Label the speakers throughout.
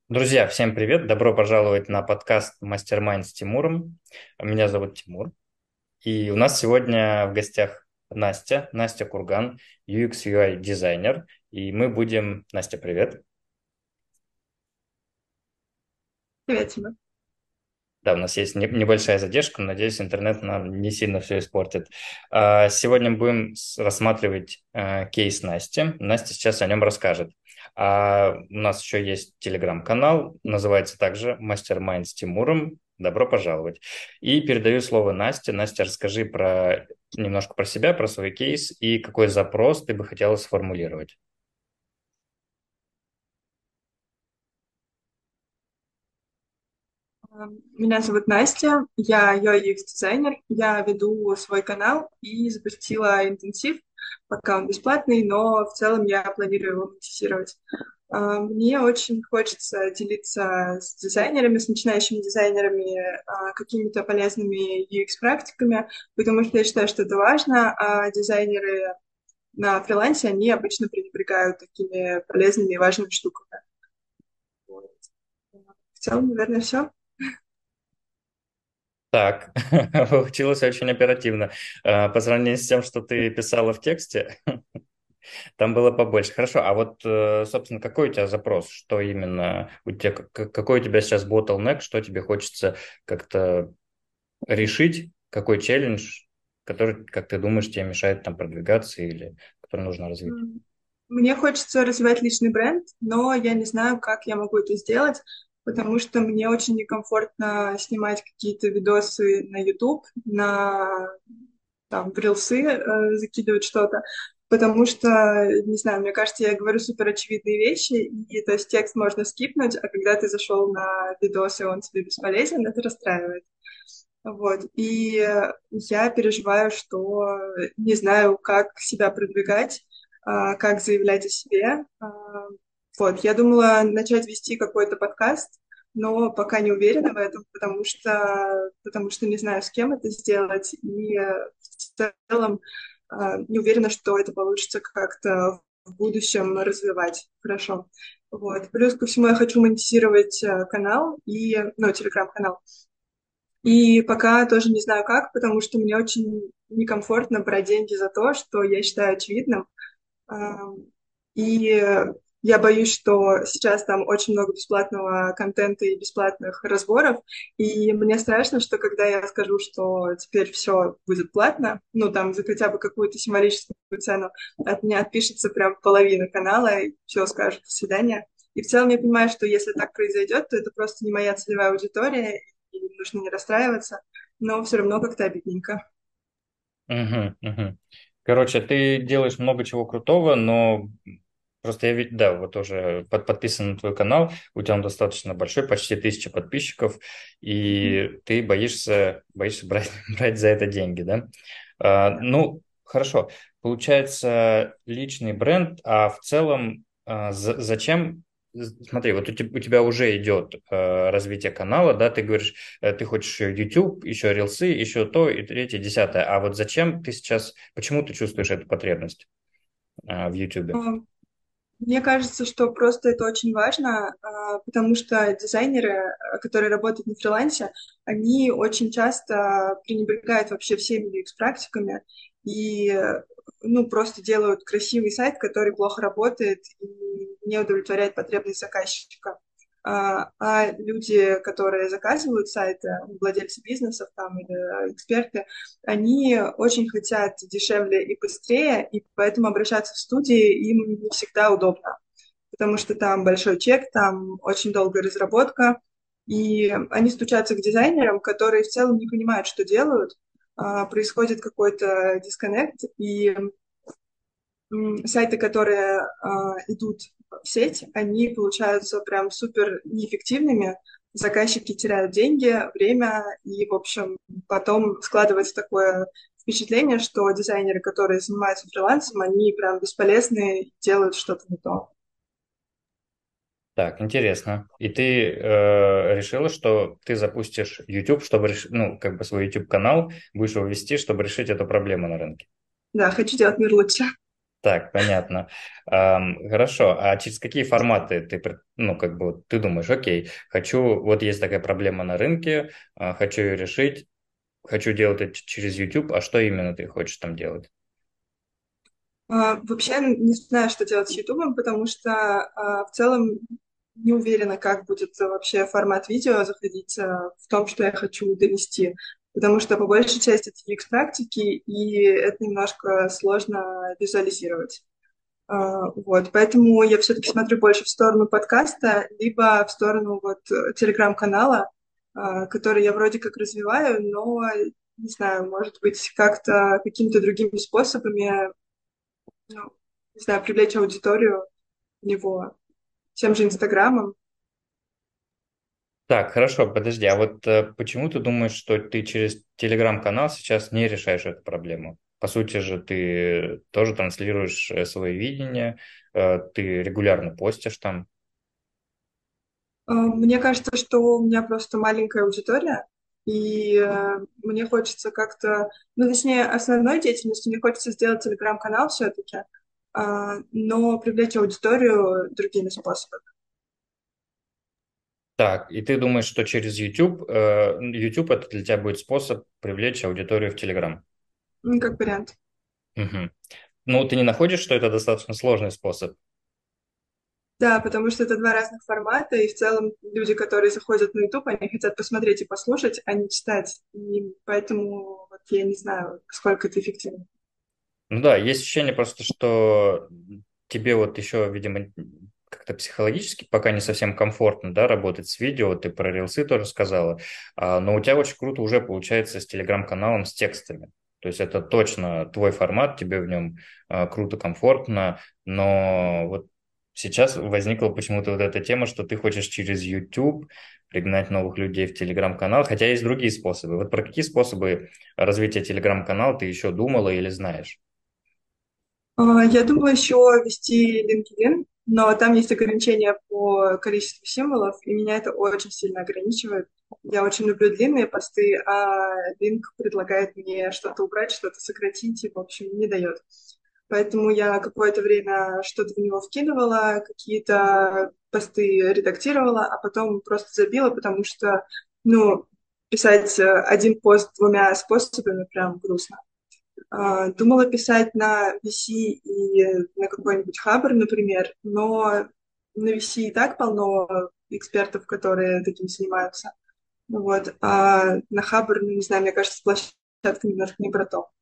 Speaker 1: Друзья, всем привет! Добро пожаловать на подкаст «Мастермайнд» с Тимуром. Меня зовут Тимур. И у нас сегодня в гостях Настя Курган, UX UI дизайнер. И мы будем... Настя, привет!
Speaker 2: Привет, Тима.
Speaker 1: Да, у нас есть небольшая задержка, но, надеюсь, интернет нам не сильно все испортит. Сегодня мы будем рассматривать кейс Насти. Настя сейчас о нем расскажет. У нас еще есть телеграм-канал, называется также «Мастермайнд с Тимуром». Добро пожаловать. И передаю слово Насте. Настя, расскажи немножко про себя, про свой кейс и какой запрос ты бы хотела сформулировать.
Speaker 2: Меня зовут Настя, я UI UX-дизайнер, я веду свой канал и запустила интенсив, пока он бесплатный, но в целом я планирую его монетизировать. Мне очень хочется делиться с дизайнерами, с начинающими дизайнерами, какими-то полезными UX-практиками, потому что я считаю, что это важно, а дизайнеры на фрилансе, они обычно пренебрегают такими полезными и важными штуками. Вот. В целом, наверное, все.
Speaker 1: Так, получилось очень оперативно. По сравнению с тем, что ты писала в тексте, там было побольше. Хорошо, а вот, собственно, какой у тебя запрос? Что именно у тебя, какой у тебя сейчас bottleneck, что тебе хочется как-то решить? Какой челлендж, который, как ты думаешь, тебе мешает там продвигаться или который нужно развить?
Speaker 2: Мне хочется развивать личный бренд, но я не знаю, как я могу это сделать, потому что мне очень некомфортно снимать какие-то видосы на YouTube, в рилсы закидывать что-то, потому что, не знаю, мне кажется, я говорю супер очевидные вещи, и то есть текст можно скипнуть, а когда ты зашел на видос, и он тебе бесполезен, это расстраивает. Вот. И я переживаю, что не знаю, как себя продвигать, как заявлять о себе. Вот. Я думала начать вести какой-то подкаст, но пока не уверена в этом, потому что не знаю, с кем это сделать. И в целом не уверена, что это получится как-то в будущем развивать хорошо. Вот. Плюс ко всему я хочу монетизировать канал ну, телеграм-канал. И пока тоже не знаю как, потому что мне очень некомфортно брать деньги за то, что я считаю очевидным. Ам, И я боюсь, что сейчас там очень много бесплатного контента и бесплатных разборов, и мне страшно, что когда я скажу, что теперь все будет платно, ну там за хотя бы какую-то символическую цену, от меня отпишется прям половина канала, и все скажут «до свидания». И в целом я понимаю, что если так произойдет, то это просто не моя целевая аудитория, и нужно не расстраиваться, но все равно как-то обидненько.
Speaker 1: Мгм, мгм. Короче, ты делаешь много чего крутого, но просто я ведь, да, вот тоже подписан на твой канал, у тебя он достаточно большой, почти 1000 подписчиков, и ты боишься брать, брать за это деньги, да? Ну, хорошо. Получается, личный бренд, а в целом зачем? Смотри, вот у тебя уже идет развитие канала, да, ты говоришь, ты хочешь YouTube, еще рилсы, еще то, и третье, десятое. А вот зачем ты сейчас, почему ты чувствуешь эту потребность в YouTube?
Speaker 2: Мне кажется, что просто это очень важно, потому что дизайнеры, которые работают на фрилансе, они очень часто пренебрегают вообще всеми UX-практиками и, ну, просто делают красивый сайт, который плохо работает и не удовлетворяет потребность заказчика. А люди, которые заказывают сайты, владельцы бизнесов там или эксперты, они очень хотят дешевле и быстрее, и поэтому обращаться в студии им не всегда удобно, потому что там большой чек, там очень долгая разработка, и они стучатся к дизайнерам, которые в целом не понимают, что делают, происходит какой-то дисконнект, и сайты, которые идут в сеть, они получаются прям супер неэффективными, заказчики теряют деньги, время, и, в общем, потом складывается такое впечатление, что дизайнеры, которые занимаются фрилансом, они прям бесполезны, делают что-то не то.
Speaker 1: Так, интересно. И ты решила, что ты запустишь YouTube, чтобы ну, как бы свой YouTube канал будешь его вести, чтобы решить эту проблему на рынке.
Speaker 2: Да, хочу делать мир лучше.
Speaker 1: Так, понятно. Хорошо. А через какие форматы ты, ну, как бы, вот ты думаешь, окей, хочу, вот есть такая проблема на рынке, хочу ее решить, хочу делать это через YouTube, а что именно ты хочешь там делать?
Speaker 2: Вообще не знаю, что делать с Ютубом, потому что в целом не уверена, как будет вообще формат видео заходить в том, что я хочу донести. Потому что по большей части это UX-практики, и это немножко сложно визуализировать. Вот, поэтому я все-таки смотрю больше в сторону подкаста, либо в сторону вот телеграм-канала, который я вроде как развиваю, но не знаю, может быть, как-то какими-то другими способами, ну, не знаю, привлечь аудиторию в него тем же Инстаграмом.
Speaker 1: Так, хорошо, подожди, а вот почему ты думаешь, что ты через телеграм-канал сейчас не решаешь эту проблему? По сути же, ты тоже транслируешь свое видение, ты регулярно постишь там.
Speaker 2: Мне кажется, что у меня просто маленькая аудитория, и мне хочется как-то, ну, точнее, основной деятельностью мне хочется сделать телеграм-канал все-таки, но привлечь аудиторию другими способами.
Speaker 1: Так, и ты думаешь, что через YouTube, YouTube это для тебя будет способ привлечь аудиторию в Telegram?
Speaker 2: Как вариант.
Speaker 1: Мгм. Ну, ты не находишь, что это достаточно сложный способ?
Speaker 2: Да, потому что это два разных формата, и в целом люди, которые заходят на YouTube, они хотят посмотреть и послушать, а не читать. И поэтому вот я не знаю, насколько это эффективно.
Speaker 1: Ну да, есть ощущение просто, что тебе вот еще, видимо, как-то психологически пока не совсем комфортно, да, работать с видео, ты про рилсы тоже сказала, но у тебя очень круто уже получается с телеграм-каналом, с текстами. То есть это точно твой формат, тебе в нем круто, комфортно, но вот сейчас возникла почему-то вот эта тема, что ты хочешь через YouTube пригнать новых людей в телеграм-канал, хотя есть другие способы. Вот про какие способы развития телеграм-канала ты еще думала или знаешь?
Speaker 2: Я думаю еще вести LinkedIn, но там есть ограничения по количеству символов, и меня это очень сильно ограничивает. Я очень люблю длинные посты, а Link предлагает мне что-то убрать, что-то сократить, и, в общем, не дает. Поэтому я какое-то время что-то в него вкидывала, какие-то посты редактировала, а потом просто забила, потому что, ну, писать один пост двумя способами прям грустно. Думала писать на VC и на какой-нибудь Хабр, например, но на VC и так полно экспертов, которые таким занимаются. Вот. А на Хабр, ну, не знаю, мне кажется, площадка немножко не про то.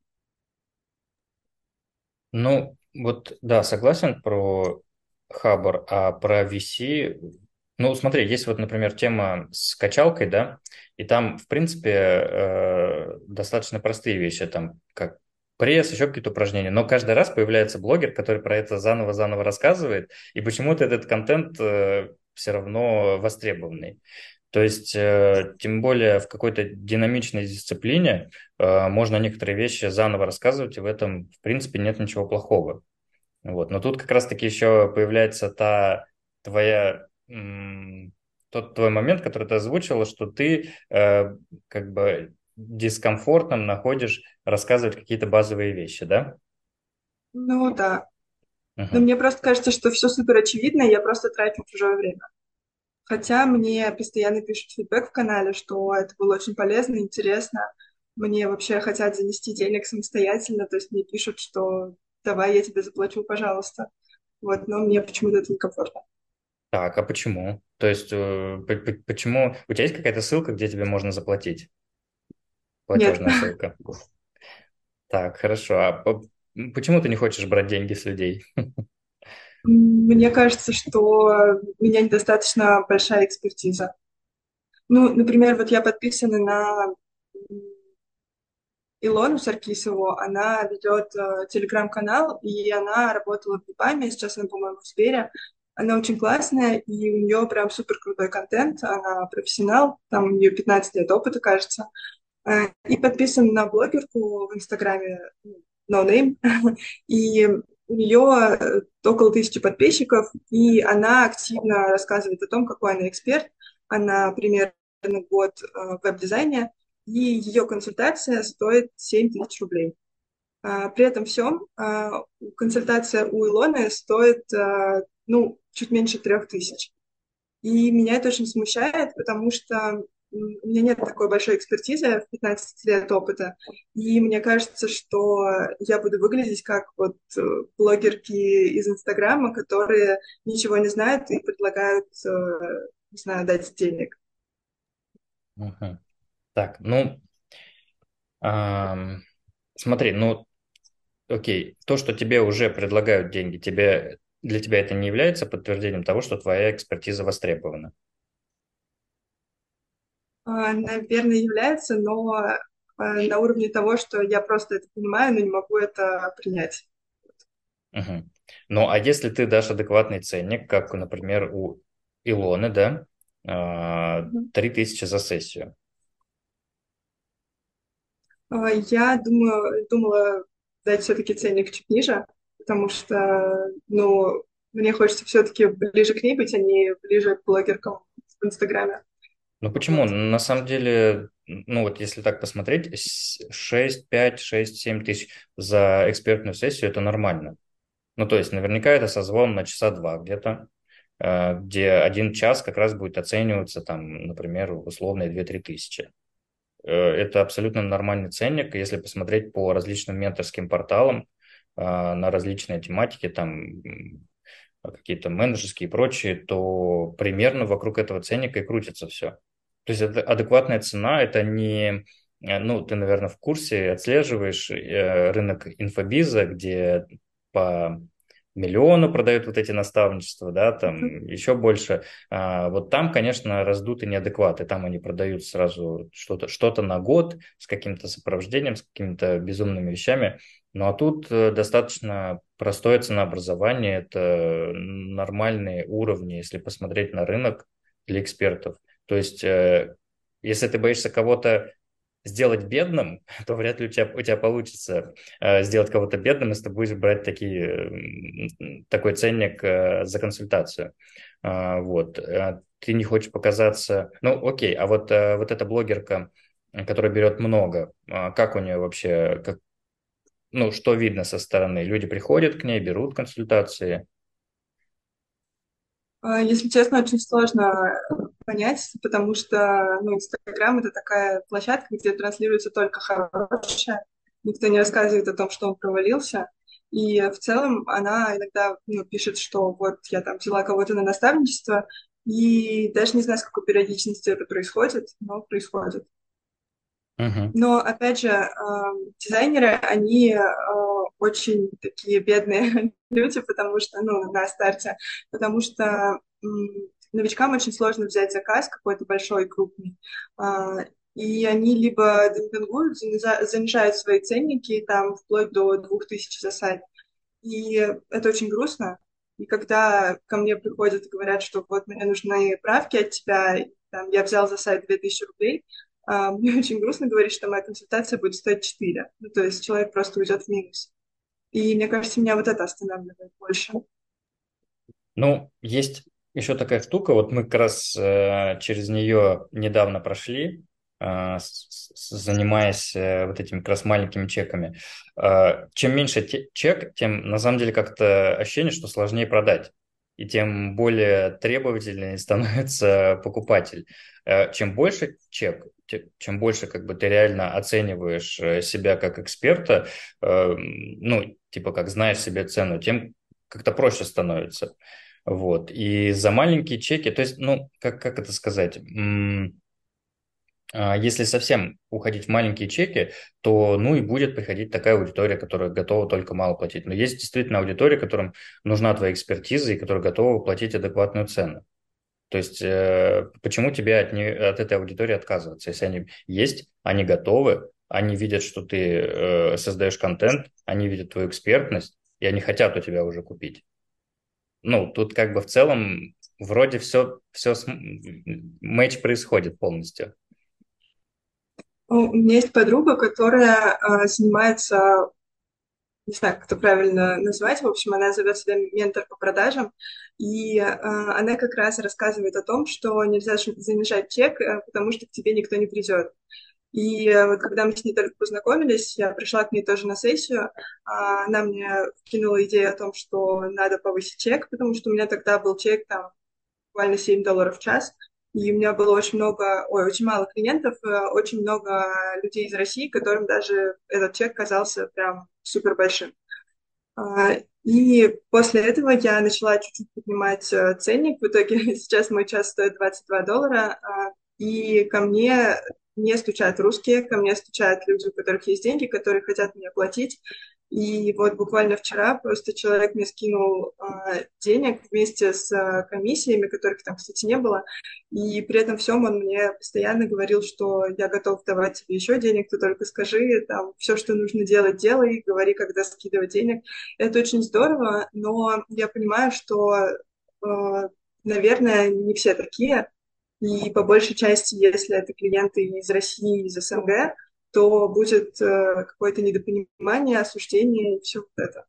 Speaker 1: Ну, вот, да, согласен про Хабр, а про VC, ну, смотри, есть вот, например, тема с качалкой, да, и там, в принципе, достаточно простые вещи, там, как пресс, еще какие-то упражнения, но каждый раз появляется блогер, который про это заново-заново рассказывает, и почему-то этот контент все равно востребованный. То есть, тем более в какой-то динамичной дисциплине можно некоторые вещи заново рассказывать, и в этом, в принципе, нет ничего плохого. Вот. Но тут как раз-таки еще появляется твоя, тот твой момент, который ты озвучила, что ты как бы дискомфортным находишь рассказывать какие-то базовые вещи, да?
Speaker 2: Ну да. Но
Speaker 1: Мгм.
Speaker 2: мне просто кажется, что все супер очевидно, и я просто трачу чужое время. Хотя мне постоянно пишут фидбэк в канале, что это было очень полезно, интересно. Мне вообще хотят занести денег самостоятельно, то есть мне пишут, что давай я тебе заплачу, пожалуйста. Вот, но мне почему-то это некомфортно.
Speaker 1: Так, а почему? То есть, почему? У тебя есть какая-то ссылка, где тебе можно заплатить?
Speaker 2: Нет,
Speaker 1: Платежная ссылка. Так, хорошо. Почему ты не хочешь брать деньги с людей?
Speaker 2: мне кажется, что у меня недостаточно большая экспертиза. Ну, например, вот я подписана на Илону Саркисову, она ведет телеграм-канал, и она работала в Бипаме, сейчас она, по-моему, в Сбере. Она очень классная, и у нее прям супер крутой контент, она профессионал, там у нее 15 лет опыта, кажется. И подписан на блогерку в Инстаграме No Name, и у нее около 1000 подписчиков, и она активно рассказывает о том, какой она эксперт. Она примерно год в веб-дизайне, и ее консультация стоит 7000 рублей. При этом всем консультация у Илоны стоит, ну, чуть меньше 3000. И меня это очень смущает, потому что у меня нет такой большой экспертизы в 15 лет опыта. И мне кажется, что я буду выглядеть как вот блогерки из Инстаграма, которые ничего не знают и предлагают, не знаю, дать денег.
Speaker 1: Мгм. Так, ну, ам, смотри, ну, окей, то, что тебе уже предлагают деньги, для тебя это не является подтверждением того, что твоя экспертиза востребована?
Speaker 2: Наверное, является, но на уровне того, что я просто это понимаю, но не могу это принять.
Speaker 1: Мгм. Ну, а если ты дашь адекватный ценник, как, например, у Илоны, да, 3000 за сессию.
Speaker 2: Я думала дать все-таки ценник чуть ниже, потому что, ну, мне хочется все-таки ближе к ней быть, а не ближе к блогеркам в Инстаграме.
Speaker 1: Ну, почему?
Speaker 2: Вот.
Speaker 1: На самом деле, ну, вот если так посмотреть, 6, 5, 6, 7 тысяч за экспертную сессию– это нормально. Ну, то есть, наверняка это созвон на часа два где-то, где 1 час как раз будет оцениваться, там, например, условные 2-3 тысячи. Это абсолютно нормальный ценник. Если посмотреть по различным менторским порталам на различные тематики, там какие-то менеджерские и прочие, то примерно вокруг этого ценника и крутится все. То есть это адекватная цена, это не, ну, ты, наверное, в курсе, отслеживаешь рынок инфобиза, где по миллиону продают вот эти наставничества, да,
Speaker 2: Мгм.
Speaker 1: там еще больше. Вот там, конечно, раздуты неадекваты, там они продают сразу что-то на год с каким-то сопровождением, с какими-то безумными вещами. Ну а тут достаточно простое ценообразование, это нормальные уровни, если посмотреть на рынок для экспертов. То есть, если ты боишься кого-то сделать бедным, то вряд ли у тебя получится сделать кого-то бедным, если ты будешь брать такой ценник за консультацию. Вот. Ты не хочешь показаться... Ну, окей, а вот эта блогерка, которая берет много, как у нее вообще, ну, что видно со стороны? Люди приходят к ней, берут консультации.
Speaker 2: Если честно, очень сложно понять, потому что, ну, Инстаграм — это такая площадка, где транслируется только хорошее, никто не рассказывает о том, что он провалился. И в целом она иногда, ну, пишет, что вот я там взяла кого-то на наставничество, и даже не знаю, с какой периодичностью это происходит, но происходит.
Speaker 1: Мгм.
Speaker 2: Но, опять же, дизайнеры, они очень такие бедные люди, потому что, ну, на старте, потому что новичкам очень сложно взять заказ какой-то большой, крупный, А, и они либо демпингуют, занижают свои ценники, там, вплоть до 2000 за сайт, и это очень грустно. И когда ко мне приходят и говорят, что вот мне нужны правки от тебя, и, там, я взял за сайт 2000 рублей, мне очень грустно говорить, что моя консультация будет стоить 4. Ну, то есть человек просто уйдет в минус. И мне кажется, меня вот это останавливает больше.
Speaker 1: Ну, есть еще такая штука, вот мы как раз через нее недавно прошли, занимаясь вот этими как раз маленькими чеками. Чем меньше чек, тем на самом деле как-то ощущение, что сложнее продать. И тем более требовательнее становится покупатель. Чем больше чек, чем больше как бы ты реально оцениваешь себя как эксперта, ну, типа как знаешь себе цену, тем как-то проще становится. Вот. И за маленькие чеки, то есть, ну, как это сказать? Если совсем уходить в маленькие чеки, то, ну, и будет приходить такая аудитория, которая готова только мало платить. Но есть действительно аудитория, которым нужна твоя экспертиза и которая готова платить адекватную цену. То есть, почему тебе от этой аудитории отказываться? Если они есть, они готовы, они видят, что ты создаешь контент, они видят твою экспертность, и они хотят у тебя уже купить. Ну, тут как бы в целом вроде все матч происходит полностью.
Speaker 2: У меня есть подруга, которая занимается, не знаю, как это правильно назвать, в общем, она зовет себя ментор по продажам, и она как раз рассказывает о том, что нельзя занижать чек, потому что к тебе никто не придет. И вот когда мы с ней только познакомились, я пришла к ней тоже на сессию, она мне кинула идею о том, что надо повысить чек, потому что у меня тогда был чек там буквально $7 в час, и у меня было очень много, ой, очень мало клиентов, очень много людей из России, которым даже этот чек казался прям супер большим. И после этого я начала чуть-чуть поднимать ценник. В итоге сейчас мой час стоит $22. И ко мне не стучат русские, ко мне стучат люди, у которых есть деньги, которые хотят мне платить. И вот буквально вчера просто человек мне скинул денег вместе с комиссиями, которых там, кстати, не было. И при этом всем он мне постоянно говорил, что я готов давать тебе еще денег, ты только скажи, там, все, что нужно делать, делай, говори, когда скидывать денег. Это очень здорово, но я понимаю, что, наверное, не все такие. И по большей части, если это клиенты из России, из СНГ, то будет какое-то недопонимание, осуждение и все вот это.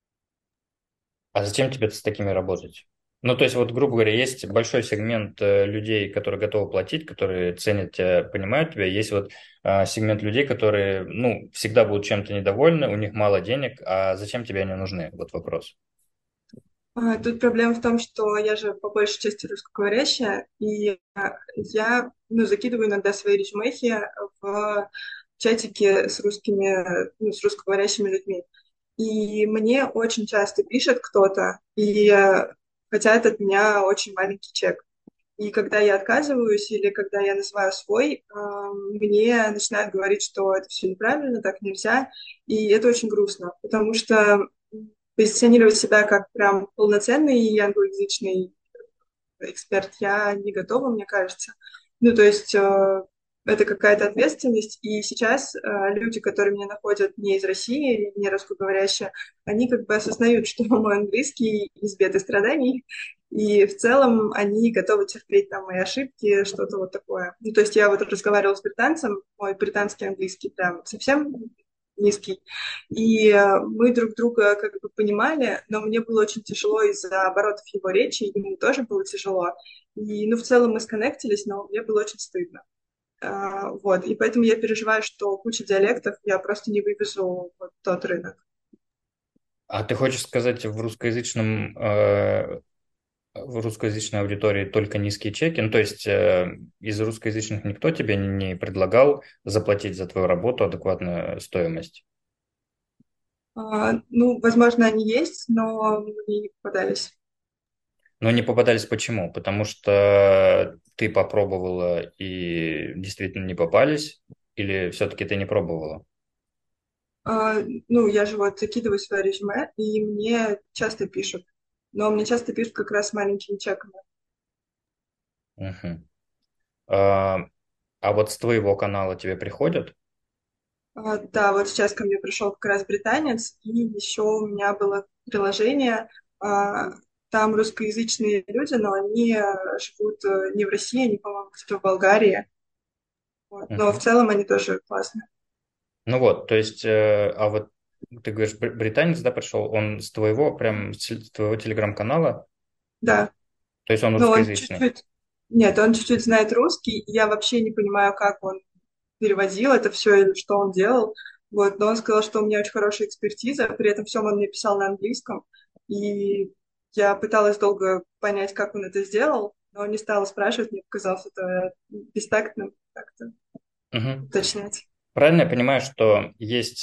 Speaker 1: А зачем тебе с такими работать? Ну, то есть, вот, грубо говоря, есть большой сегмент людей, которые готовы платить, которые ценят тебя, понимают тебя. Есть вот сегмент людей, которые, ну, всегда будут чем-то недовольны, у них мало денег, а зачем тебе они нужны? Вот вопрос.
Speaker 2: Тут проблема в том, что я же по большей части русскоговорящая, и я ну, закидываю иногда свои резюмехи в чатики с русскими, ну, с русскоговорящими людьми. И мне очень часто пишет кто-то, и хотят от меня очень маленький чек. И когда я отказываюсь или когда я называю свой, мне начинают говорить, что это все неправильно, так нельзя. И это очень грустно, потому что позиционировать себя как прям полноценный англоязычный эксперт я не готова, мне кажется. Ну, то есть это какая-то ответственность, и сейчас люди, которые меня находят не из России, не русскоговорящие, они как бы осознают, что мой английский из бед и страданий, и в целом они готовы терпеть там мои ошибки, что-то вот такое. Ну, то есть я вот разговаривала с британцем, мой британский английский прям совсем низкий, и мы друг друга как бы понимали, но мне было очень тяжело из-за оборотов его речи, ему тоже было тяжело. И, ну, в целом мы сконнектились, но мне было очень стыдно. Вот, и поэтому я переживаю, что куча диалектов я просто не вывезу вот тот рынок.
Speaker 1: А ты хочешь сказать, в русскоязычной аудитории только низкие чеки? Ну, то есть из русскоязычных никто тебе не предлагал заплатить за твою работу адекватную стоимость?
Speaker 2: Ну, возможно, они есть, но мне не попадались.
Speaker 1: Но не попадались почему? Потому что ты попробовала и действительно не попались? Или все-таки ты не пробовала?
Speaker 2: Ну, я же вот закидываю свое резюме, и мне часто пишут. Но мне часто пишут как раз с маленькими чеками.
Speaker 1: Мгм. А, а вот с твоего канала тебе приходят?
Speaker 2: Да, вот сейчас ко мне пришел как раз британец, и еще у меня было приложение, а, там русскоязычные люди, но они живут не в России, они, по-моему, где-то в Болгарии. Вот. Но в
Speaker 1: Мгм.
Speaker 2: целом они тоже классные.
Speaker 1: Ну вот, то есть, а вот ты говоришь, британец, да, пришел, он с твоего, прям с твоего телеграм-канала,
Speaker 2: Да,
Speaker 1: то есть он
Speaker 2: но он
Speaker 1: русскоязычный.
Speaker 2: чуть-чуть, нет, он чуть-чуть знает русский, и я вообще не понимаю, как он переводил это все или что он делал. Вот, но он сказал, что у меня очень хорошая экспертиза, при этом всем он мне писал на английском, и я пыталась долго понять, как он это сделал, но не стала спрашивать, мне показалось это бестактным как-то
Speaker 1: Мгм.
Speaker 2: уточнять.
Speaker 1: Правильно я понимаю, что есть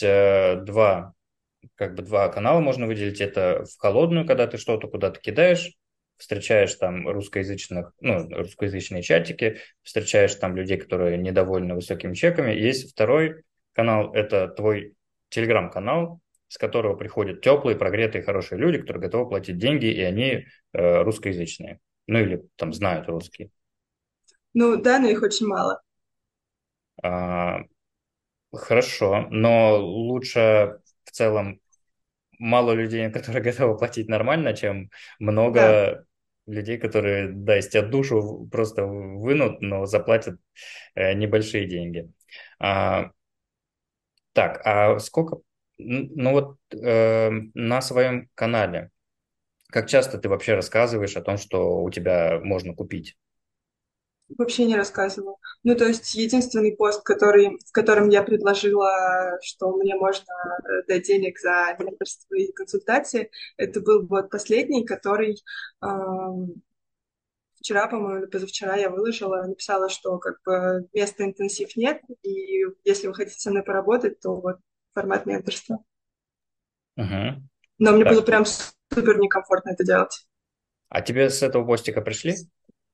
Speaker 1: два канала можно выделить. Это в холодную, когда ты что-то куда-то кидаешь, встречаешь там русскоязычные чатики, встречаешь там людей, которые недовольны высокими чеками. Есть второй канал, это твой телеграм-канал, с которого приходят теплые, прогретые, хорошие люди, которые готовы платить деньги, и они русскоязычные. Ну или там знают русский.
Speaker 2: Ну да, но их очень мало.
Speaker 1: А, хорошо, но лучше в целом мало людей, которые готовы платить нормально, чем
Speaker 2: Да.
Speaker 1: много людей, которые, да, из тебя душу просто вынут, но заплатят небольшие деньги. А, так, а сколько, ну вот на своем канале, как часто ты вообще рассказываешь о том, что у тебя можно купить?
Speaker 2: Вообще не рассказывала. Ну, то есть единственный пост, в котором я предложила, что мне можно дать денег за менторство и консультации, это был вот последний, который вчера, по-моему, или позавчера я выложила, написала, что как бы места интенсив нет, и если вы хотите со мной поработать, то вот формат менторства.
Speaker 1: Угу.
Speaker 2: Но мне было
Speaker 1: Так,
Speaker 2: прям супер некомфортно это делать.
Speaker 1: а тебе с этого постика пришли?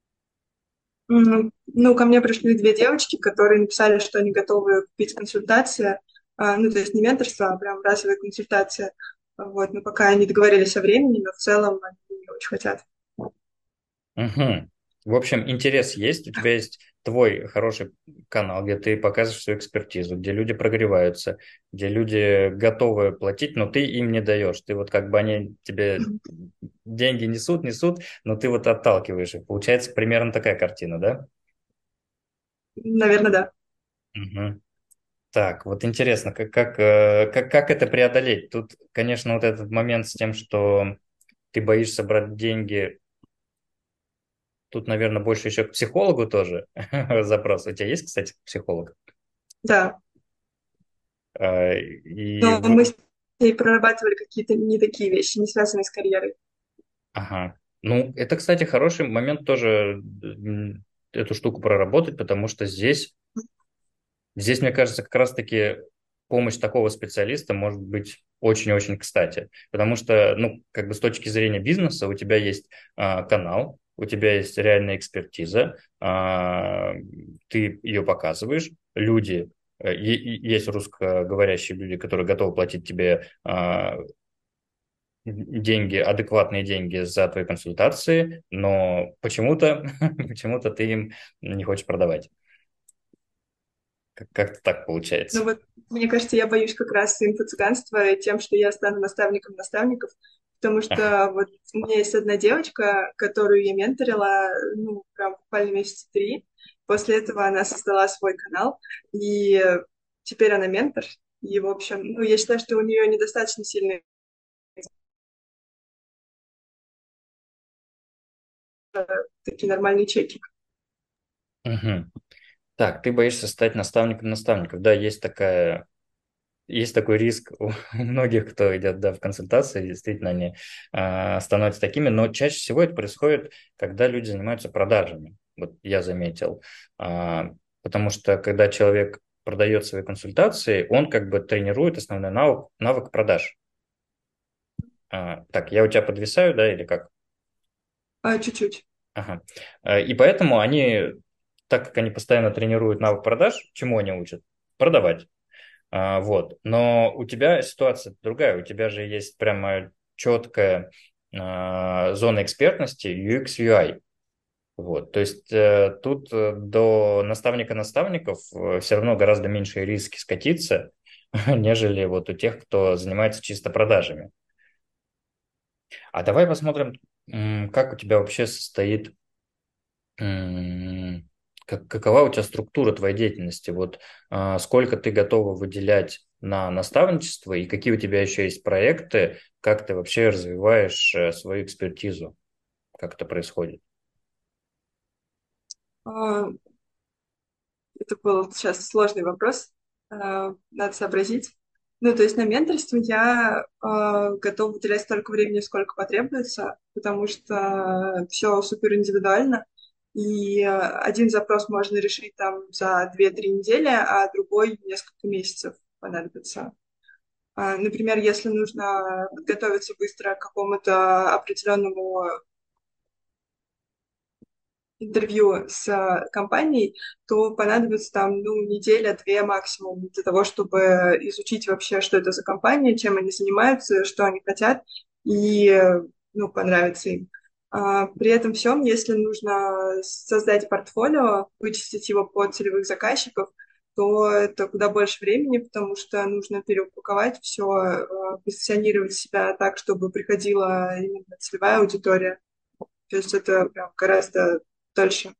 Speaker 2: Ну, ко мне пришли две девочки, которые написали, что они готовы купить консультации, ну, то есть не менторство, а прям разовые консультации. Вот, но пока они договорились о времени, но в целом они не очень хотят.
Speaker 1: Угу. В общем, интерес есть, у тебя есть твой хороший канал, где ты показываешь свою экспертизу, где люди прогреваются, где люди готовы платить, но ты им не даешь. Ты вот как бы они тебе деньги несут, но ты вот отталкиваешь их. Получается примерно такая картина, да?
Speaker 2: Наверное, да.
Speaker 1: Мгм. Так, вот интересно, как это преодолеть? Тут, конечно, вот этот момент с тем, что ты боишься брать деньги, тут, наверное, больше еще к психологу тоже запрос. У тебя есть, кстати, психолог?
Speaker 2: Да.
Speaker 1: И
Speaker 2: Но мы с ней прорабатывали какие-то не такие вещи, не связанные с карьерой.
Speaker 1: ага. Ну, это, кстати, хороший момент тоже эту штуку проработать, потому что здесь, мне кажется, как раз-таки помощь такого специалиста может быть очень-очень кстати. Потому что, ну, как бы с точки зрения бизнеса у тебя есть канал, у тебя есть реальная экспертиза, ты ее показываешь, люди, есть русскоговорящие люди, которые готовы платить тебе деньги, адекватные деньги за твои консультации, но почему-то почему-то ты им не хочешь продавать. Как-то так
Speaker 2: Ну
Speaker 1: получается.
Speaker 2: вот, мне кажется, я боюсь как раз инфо-цыганства и тем, что я стану наставником наставников, потому что вот у меня есть одна девочка, которую я менторила, ну, прям буквально месяца 3. После этого она создала свой канал, и теперь она ментор. И, в общем, ну, я считаю, что у нее недостаточно сильные такие нормальные чеки.
Speaker 1: Мгм. Так, ты боишься стать наставником наставников. Да, есть такой риск у многих, кто идет, да, в консультации, действительно, они становятся такими, но чаще всего это происходит, когда люди занимаются продажами. Вот я заметил. Потому что когда человек продает свои консультации, он как бы тренирует основной навык продаж. Так, я у тебя подвисаю, да, или как?
Speaker 2: Чуть-чуть.
Speaker 1: Ага. И поэтому они, так как они постоянно тренируют навык продаж, чему они учат? Продавать. Вот. Но у тебя ситуация другая. У тебя же есть прямо четкая зона экспертности UX, UI. Вот. То есть тут до наставника наставников все равно гораздо меньшие риски скатиться, нежели вот у тех, кто занимается чисто продажами. А давай посмотрим, как у тебя вообще состоит. М, какова у тебя структура твоей деятельности? Вот сколько ты готова выделять на наставничество и какие у тебя еще есть проекты, как ты вообще развиваешь свою экспертизу, как это происходит?
Speaker 2: А, Это был сейчас сложный вопрос. Надо сообразить. Ну, то есть на менторство я готова уделять столько времени, сколько потребуется, потому что все супер индивидуально. И один запрос можно решить там за 2-3 недели, а другой несколько месяцев понадобится. Например, если нужно подготовиться быстро к какому-то определенному интервью с компанией, то понадобится там, ну, неделя-две максимум для того, чтобы изучить вообще, что это за компания, чем они занимаются, что они хотят, и, ну, понравится им. При этом всем, если нужно создать портфолио, вычистить его под целевых заказчиков, то это куда больше времени, потому что нужно переупаковать все, позиционировать себя так, чтобы приходила именно целевая аудитория. То есть это прям гораздо дольше.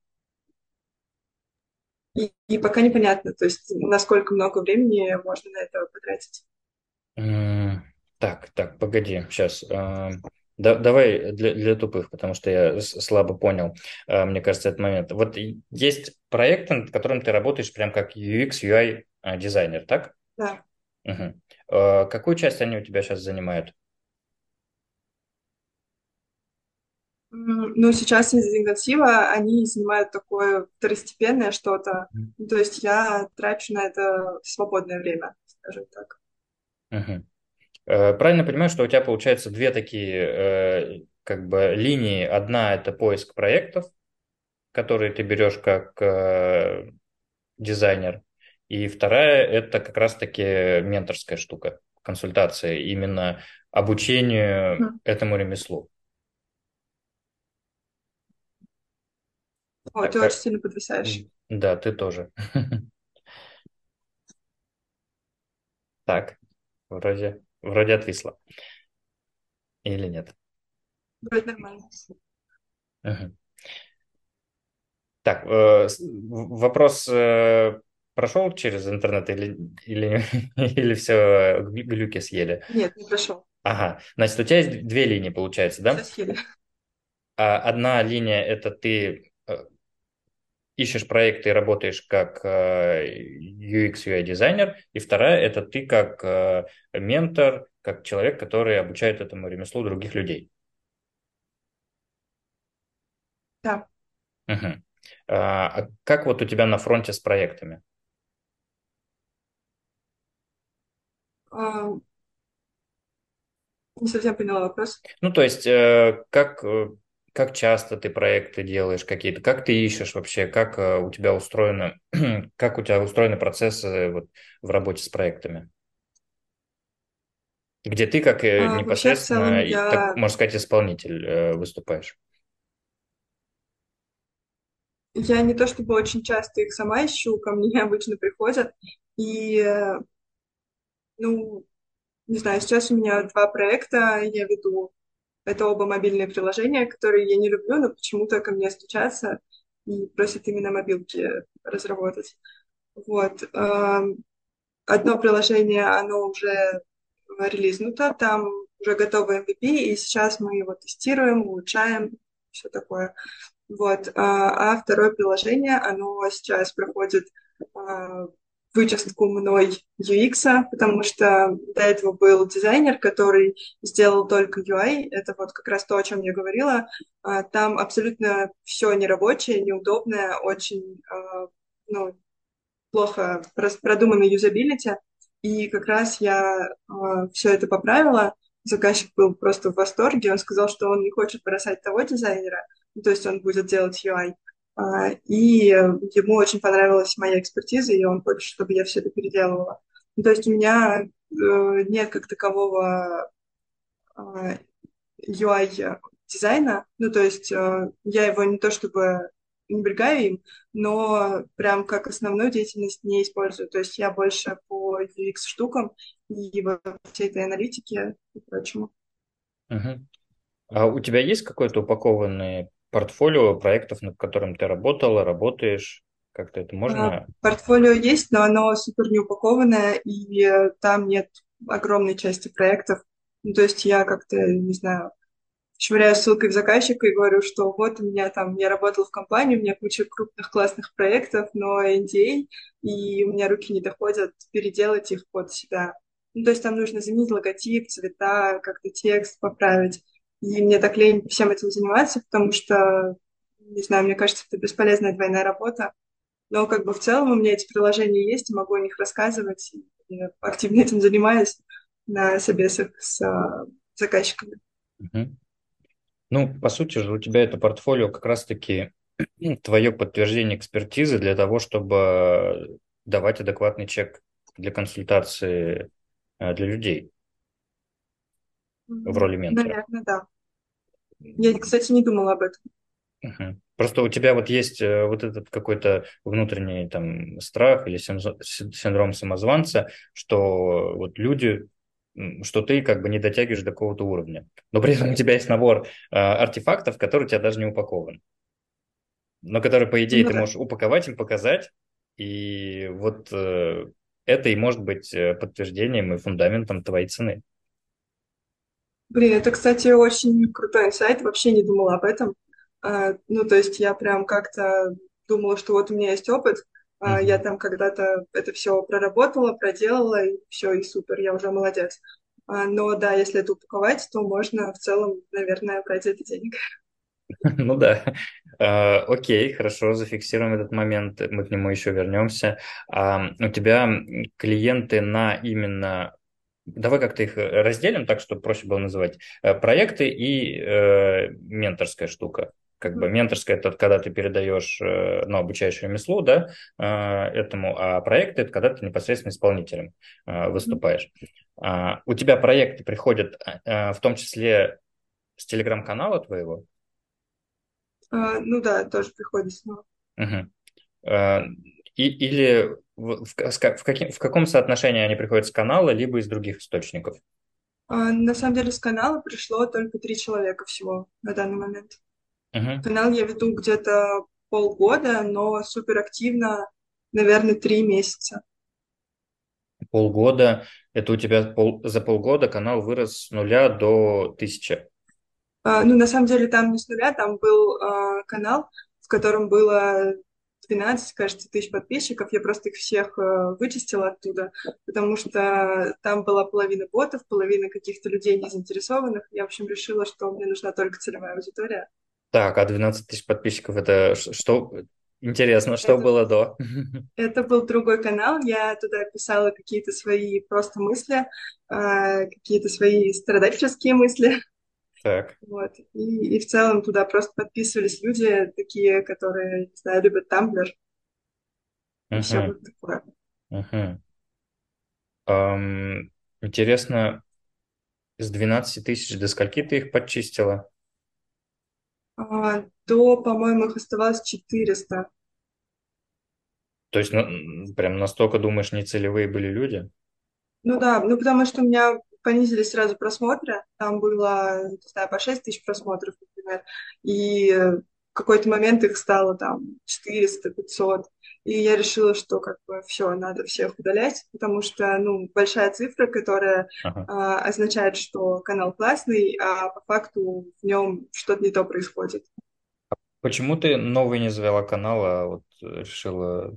Speaker 2: И пока непонятно, то есть насколько много времени можно на это потратить.
Speaker 1: М, Так, погоди, сейчас. Давай для тупых, потому что я слабо понял, мне кажется, этот момент. Вот есть проекты, над которым ты работаешь прям как UX, UI дизайнер, так?
Speaker 2: Да.
Speaker 1: Мгм. Какую часть они у тебя сейчас занимают?
Speaker 2: Ну, сейчас из интенсива они занимают такое второстепенное что-то.
Speaker 1: Мгм.
Speaker 2: Ну, то есть я трачу на это свободное время, скажем так.
Speaker 1: Мгм. Правильно понимаю, что у тебя получается две такие как бы линии. Одна это поиск проектов, которые ты берешь как дизайнер, и вторая это как раз-таки менторская штука, консультация, именно обучению
Speaker 2: Мгм.
Speaker 1: этому ремеслу.
Speaker 2: О,
Speaker 1: Так,
Speaker 2: ты очень сильно подвисаешь.
Speaker 1: да, ты тоже. Так, вроде отвисло. Или нет?
Speaker 2: Вроде нормально.
Speaker 1: Мгм. Так, вопрос прошел через интернет или, или все глюки съели?
Speaker 2: Нет, не прошел.
Speaker 1: Ага, значит, у тебя есть две линии, получается,
Speaker 2: Все
Speaker 1: да?
Speaker 2: съели.
Speaker 1: Одна линия – это ты ищешь проекты и работаешь как UX, UI дизайнер, и вторая – это ты как ментор, как человек, который обучает этому ремеслу других людей.
Speaker 2: Да.
Speaker 1: Мгм. А как вот у тебя на фронте с проектами?
Speaker 2: А, не совсем поняла вопрос.
Speaker 1: Ну, то есть, как часто ты проекты делаешь какие-то, как ты ищешь вообще, как у тебя устроены, как у тебя устроены процессы вот, в работе с проектами, где ты как
Speaker 2: Вообще, в целом,
Speaker 1: непосредственно, так
Speaker 2: я,
Speaker 1: можно сказать, исполнитель выступаешь.
Speaker 2: я не то чтобы очень часто их сама ищу, ко мне обычно приходят. И, ну, не знаю, сейчас у меня два проекта я веду. Это оба мобильные приложения, которые я не люблю, но почему-то ко мне стучатся и просят именно мобилки разработать. Вот. Одно приложение, оно уже релизнуто, там уже готовый MVP, и сейчас мы его тестируем, улучшаем, все такое. Вот. А второе приложение, оно сейчас проходит а, вычистку мной UX, потому что до этого был дизайнер, который сделал только UI. Это вот как раз то, о чем я говорила. Там абсолютно все нерабочее, неудобное, очень ну, плохо продуманный юзабилити. И как раз я все это поправила. Заказчик был просто в восторге. Он сказал, что он не хочет бросать того дизайнера, ну, то есть он будет делать UI. И ему очень понравилась моя экспертиза, и он хочет, чтобы я все это переделывала. Ну, то есть у меня нет как такового а, UI дизайна. Ну, то есть я его не то чтобы пренебрегаю им, но прям как основную деятельность не использую. То есть я больше по UX штукам и во всей этой аналитике и прочему.
Speaker 1: Мгм. А у тебя есть какое-то упакованное портфолио проектов, над которым ты работала, работаешь? Как-то это можно?
Speaker 2: Портфолио есть, но оно супер неупакованное, и там нет огромной части проектов. Ну, то есть я как-то, не знаю, швыряю ссылкой в заказчика и говорю, что вот у меня там, я работала в компании, у меня куча крупных классных проектов, но NDA, и у меня руки не доходят переделать их под себя. Ну, то есть там нужно заменить логотип, цвета, как-то текст поправить. И мне так лень всем этим заниматься, потому что, не знаю, мне кажется, это бесполезная двойная работа. Но как бы в целом у меня эти приложения есть, и могу о них рассказывать, и я активно этим занимаюсь на собесах с заказчиками.
Speaker 1: Мгм. Ну, по сути же, у тебя это портфолио как раз-таки твое подтверждение экспертизы для того, чтобы давать адекватный чек для консультации для людей в роли ментора.
Speaker 2: Наверное, да. Я, кстати, не думала об этом.
Speaker 1: Мгм. Просто у тебя вот есть вот этот какой-то внутренний там страх или синдром самозванца, что вот люди, что ты как бы не дотягиваешь до какого-то уровня. Но при этом у тебя есть набор артефактов, которые у тебя даже не упакован, но которые, по идее,
Speaker 2: Ну
Speaker 1: ты
Speaker 2: да.
Speaker 1: можешь упаковать им, показать, и вот это и может быть подтверждением и фундаментом твоей цены.
Speaker 2: Блин, это, кстати, очень крутой инсайт. Вообще не думала об этом. Ну, то есть я прям как-то думала, что вот у меня есть опыт. Я
Speaker 1: Мгм.
Speaker 2: там когда-то это все проработала, проделала, и все, и супер, я уже молодец. Но да, если это упаковать, то можно в целом, наверное, брать за это денег.
Speaker 1: Ну да. Окей, хорошо, зафиксируем этот момент, мы к нему еще вернемся. У тебя клиенты на именно... Давай как-то их разделим так, чтобы проще было называть. Проекты и менторская штука. Как бы менторская — это когда ты передаешь, ну, обучаешь ремеслу, да, этому, а проекты — это когда ты непосредственно исполнителем выступаешь. У тебя проекты приходят в том числе с телеграм-канала твоего?
Speaker 2: Ну да, тоже приходится.
Speaker 1: Мгм. Э, Или в каком соотношении они приходят с канала, либо из других источников?
Speaker 2: На самом деле с канала пришло только 3 человека всего на данный момент.
Speaker 1: Мгм.
Speaker 2: Канал я веду где-то полгода, но суперактивно, наверное, 3 месяца.
Speaker 1: Полгода. Это у тебя за полгода канал вырос с 0 до 1000.
Speaker 2: Ну, на самом деле, там не с нуля, там был канал, в котором было 12, кажется, тысяч подписчиков. Я просто их всех вычистила оттуда, потому что там была половина ботов, половина каких-то людей незаинтересованных. Я, в общем, решила, что мне нужна только целевая аудитория.
Speaker 1: Так, а 12 тысяч подписчиков — это что? Интересно, что
Speaker 2: Это,
Speaker 1: было до?
Speaker 2: это был другой канал, я туда писала какие-то свои просто мысли, какие-то свои страдальческие мысли.
Speaker 1: Так.
Speaker 2: Вот. И в целом туда просто подписывались люди такие, которые, не знаю, любят Тамблер и все
Speaker 1: Мгм.
Speaker 2: вот такое.
Speaker 1: Мгм. Ам, Интересно, с 12 000 до скольки ты их подчистила?
Speaker 2: По-моему, их оставалось 400.
Speaker 1: То есть, ну, прям настолько, думаешь, нецелевые были люди?
Speaker 2: Ну да, ну потому что у меня понизились сразу просмотры. Там было, не знаю, по 6 тысяч просмотров, например. И в какой-то момент их стало там 400, 500. И я решила, что как бы все, надо всех удалять, потому что, ну, большая цифра, которая
Speaker 1: Ага.
Speaker 2: означает, что канал классный, а по факту в нем что-то не то происходит.
Speaker 1: Почему ты новый не завела канал, а вот решила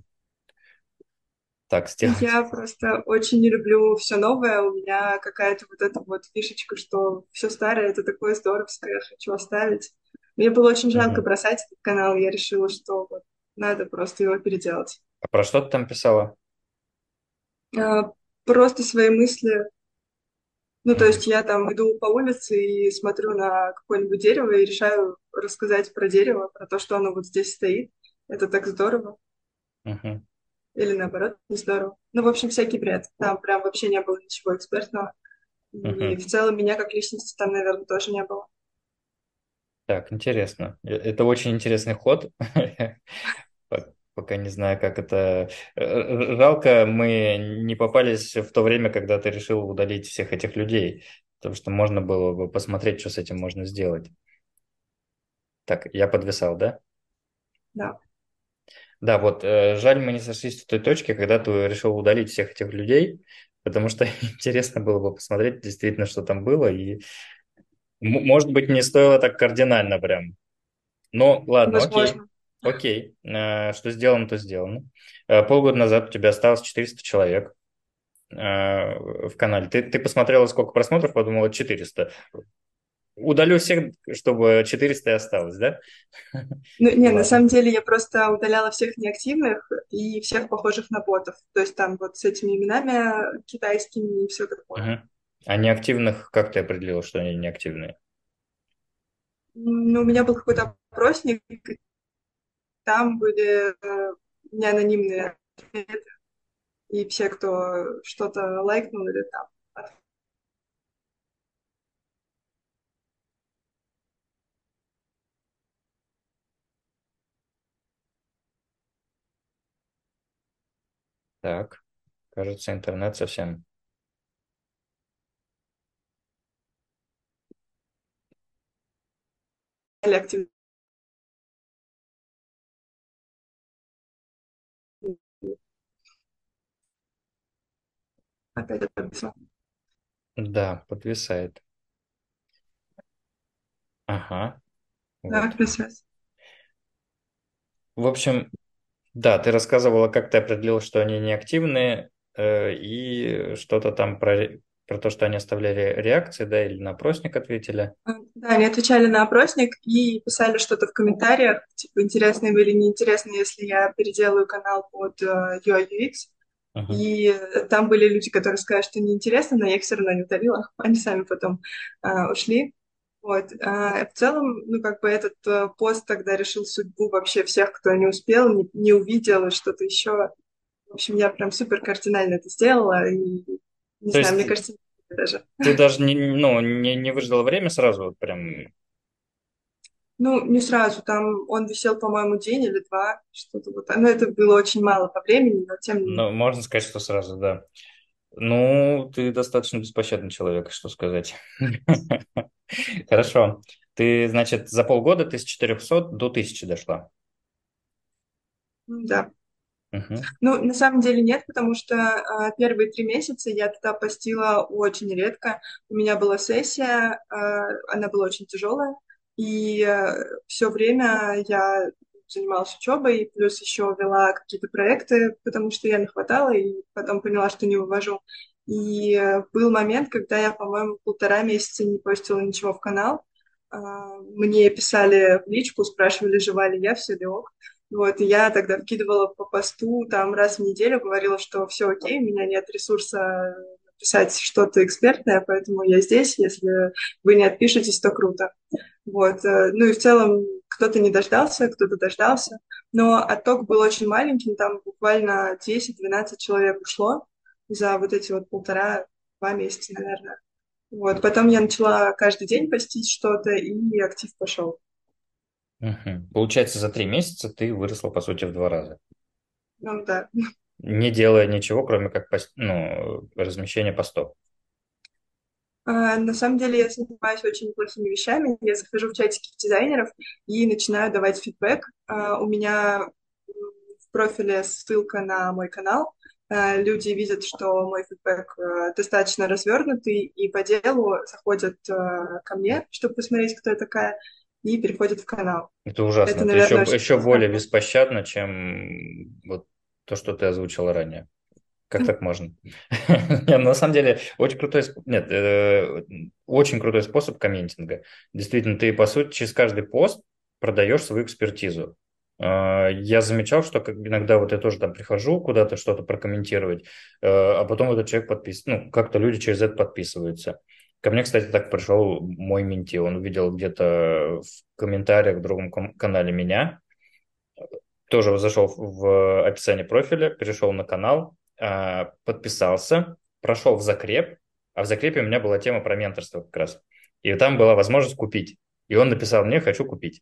Speaker 1: так сделать?
Speaker 2: Я просто очень не люблю все новое. У меня какая-то вот эта вот фишечка, что все старое — это такое здоровское, хочу оставить. Мне было очень жалко
Speaker 1: Мгм.
Speaker 2: бросать этот канал. Я решила, что вот надо просто его переделать.
Speaker 1: А про что ты там писала?
Speaker 2: А, Просто свои мысли. Ну, то
Speaker 1: Мгм.
Speaker 2: есть я там иду по улице и смотрю на какое-нибудь дерево и решаю рассказать про дерево, про то, что оно вот здесь стоит. Это так здорово.
Speaker 1: Мгм.
Speaker 2: Или наоборот, не здорово. Ну, в общем, всякий бред. Там прям вообще не было ничего экспертного. И
Speaker 1: Мгм.
Speaker 2: в целом меня как личности там, наверное, тоже не было.
Speaker 1: Так, интересно. Это очень интересный ход. Пока не знаю, как это... Жалко, мы не попались в то время, когда ты решил удалить всех этих людей, потому что можно было бы посмотреть, что с этим можно сделать. Так, я подвисал, да?
Speaker 2: Да.
Speaker 1: Да, вот жаль, мы не сошлись в той точке, когда ты решил удалить всех этих людей, потому что интересно было бы посмотреть действительно, что там было, и, может быть, не стоило так кардинально прям. Ну, ладно, окей.
Speaker 2: Возможно.
Speaker 1: Окей. Что сделано, то сделано. Полгода назад у тебя осталось 400 человек в канале. Ты посмотрела, сколько просмотров, подумала 400. Удалю всех, чтобы 400 и осталось, да?
Speaker 2: Ну, не, на
Speaker 1: Ладно.
Speaker 2: самом деле я просто удаляла всех неактивных и всех похожих на ботов. То есть там вот с этими именами китайскими и все такое.
Speaker 1: Мгм. А неактивных, как ты определила, что они неактивные?
Speaker 2: Ну, у меня был какой-то опросник, и там были не анонимные ответы, и все, кто что-то лайкнул или там.
Speaker 1: Так, кажется, интернет совсем...
Speaker 2: Активные. Опять это.
Speaker 1: Да, подвисает. Ага,
Speaker 2: Да,
Speaker 1: вот.
Speaker 2: плюс.
Speaker 1: В общем, да, ты рассказывала, как ты определил, что они неактивные, и что-то там про то, что они оставляли реакции, да, или на опросник ответили.
Speaker 2: Да, они отвечали на опросник и писали что-то в комментариях, типа, интересно им или неинтересно, если я переделаю канал под UI UX.
Speaker 1: Мгм.
Speaker 2: И там были люди, которые сказали, что неинтересно, но я их все равно не удалила. Они сами потом ушли. Вот. В целом, ну, как бы этот пост тогда решил судьбу вообще всех, кто не успел, не увидел и что-то еще. В общем, я прям супер кардинально это сделала, и не
Speaker 1: То
Speaker 2: знаю,
Speaker 1: есть
Speaker 2: мне кажется, даже.
Speaker 1: ты даже ну, не выждала время сразу, вот прям,
Speaker 2: Ну, не сразу, там он висел, по-моему, день или два, что-то вот. Но это было очень мало по времени, но тем не менее.
Speaker 1: ну, можно сказать, что сразу, да. Ну, ты достаточно беспощадный человек, что сказать. Хорошо. Ты, значит, за полгода ты с 400 до 1000 дошла.
Speaker 2: Да.
Speaker 1: Мгм.
Speaker 2: Ну, на самом деле нет, потому что первые 3 месяца я туда постила очень редко. У меня была сессия, она была очень тяжелая, и все время я занималась учебой, плюс еще вела какие-то проекты, потому что я нахватала, и потом поняла, что не вывожу. И был момент, когда я, по-моему, 1,5 месяца не постила ничего в канал. Мне писали в личку, спрашивали, жива ли я, все ли ок. Вот, и я тогда вкидывала по посту там раз в неделю, говорила, что все окей, у меня нет ресурса писать что-то экспертное, поэтому я здесь, если вы не отпишетесь, то круто. Вот, ну и в целом кто-то не дождался, кто-то дождался, но отток был очень маленький, там буквально 10-12 человек ушло за вот эти вот 1,5-2 месяца, наверное. Вот, потом я начала каждый день постить что-то, и актив пошел.
Speaker 1: Мгм. Получается, за 3 месяца ты выросла, по сути, в 2 раза.
Speaker 2: Ну да.
Speaker 1: Не делая ничего, кроме как ну, размещения постов.
Speaker 2: На самом деле я занимаюсь очень неплохими вещами. Я захожу в чатики дизайнеров и начинаю давать фидбэк. У меня в профиле ссылка на мой канал. Люди видят, что мой фидбэк достаточно развернутый, и по делу заходят ко мне, чтобы посмотреть, кто я такая, и переходят в канал.
Speaker 1: Это ужасно.
Speaker 2: Это,
Speaker 1: Это еще,
Speaker 2: наверное, очень
Speaker 1: еще более
Speaker 2: основное.
Speaker 1: беспощадно, чем вот то, что ты озвучила ранее. Как так можно? Не, на самом деле, очень крутой, нет, очень крутой способ комментинга. Действительно, ты, по сути, через каждый пост продаешь свою экспертизу. Я замечал, что иногда вот я тоже там прихожу куда-то что-то прокомментировать, а потом этот человек подписывается, ну, как-то люди через это подписываются. Ко мне, кстати, так пришел мой менти. Он увидел где-то в комментариях в другом канале меня, тоже зашел в описание профиля, перешел на канал, подписался, прошел в закреп, а в закрепе у меня была тема про менторство как раз. И там была возможность купить. И он написал мне: «Хочу купить».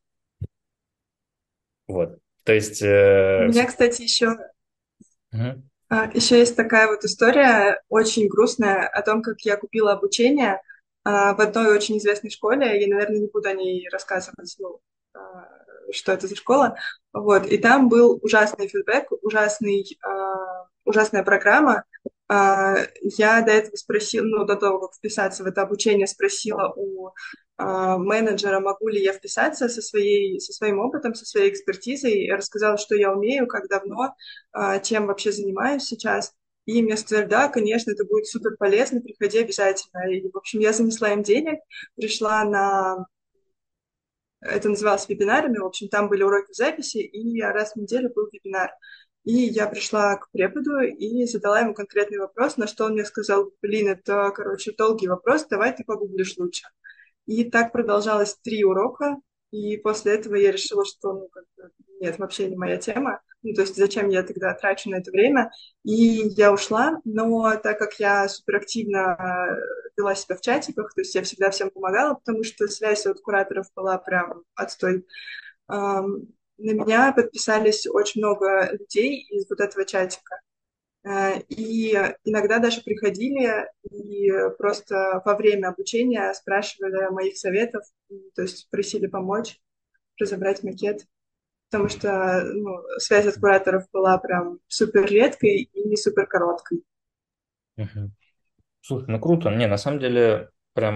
Speaker 1: Вот. То есть...
Speaker 2: У меня, кстати,
Speaker 1: Мгм.
Speaker 2: еще есть такая вот история, очень грустная, о том, как я купила обучение в одной очень известной школе. Я, наверное, не буду о ней рассказывать, ну, что это за школа. Вот. И там был ужасный фидбэк, ужасная программа. Я до этого спросила, ну, до того, как вписаться в это обучение, спросила у менеджера, могу ли я вписаться со своим опытом, со своей экспертизой. И рассказала, что я умею, как давно, чем вообще занимаюсь сейчас. И мне сказали, да, конечно, это будет супер полезно, приходи обязательно. И, в общем, я занесла им денег, пришла на... Это называлось вебинарами, в общем, там были уроки в записи, и раз в неделю был вебинар. И я пришла к преподу и задала ему конкретный вопрос, на что он мне сказал, блин, это, короче, долгий вопрос, давай ты погуглишь лучше. И так продолжалось 3 урока, и после этого я решила, что, ну, как бы, нет, вообще не моя тема. Ну, то есть зачем я тогда трачу на это время? И я ушла, но так как я суперактивно вела себя в чатиках, то есть я всегда всем помогала, потому что связь от кураторов была прям отстой. На меня подписались очень много людей из вот этого чатика. И иногда даже приходили и просто во время обучения спрашивали моих советов, то есть просили помочь разобрать макет, потому что ну, связь от кураторов была прям супер редкой и супер короткой.
Speaker 1: Мгм. Слушай, ну круто. Не, на самом деле, прям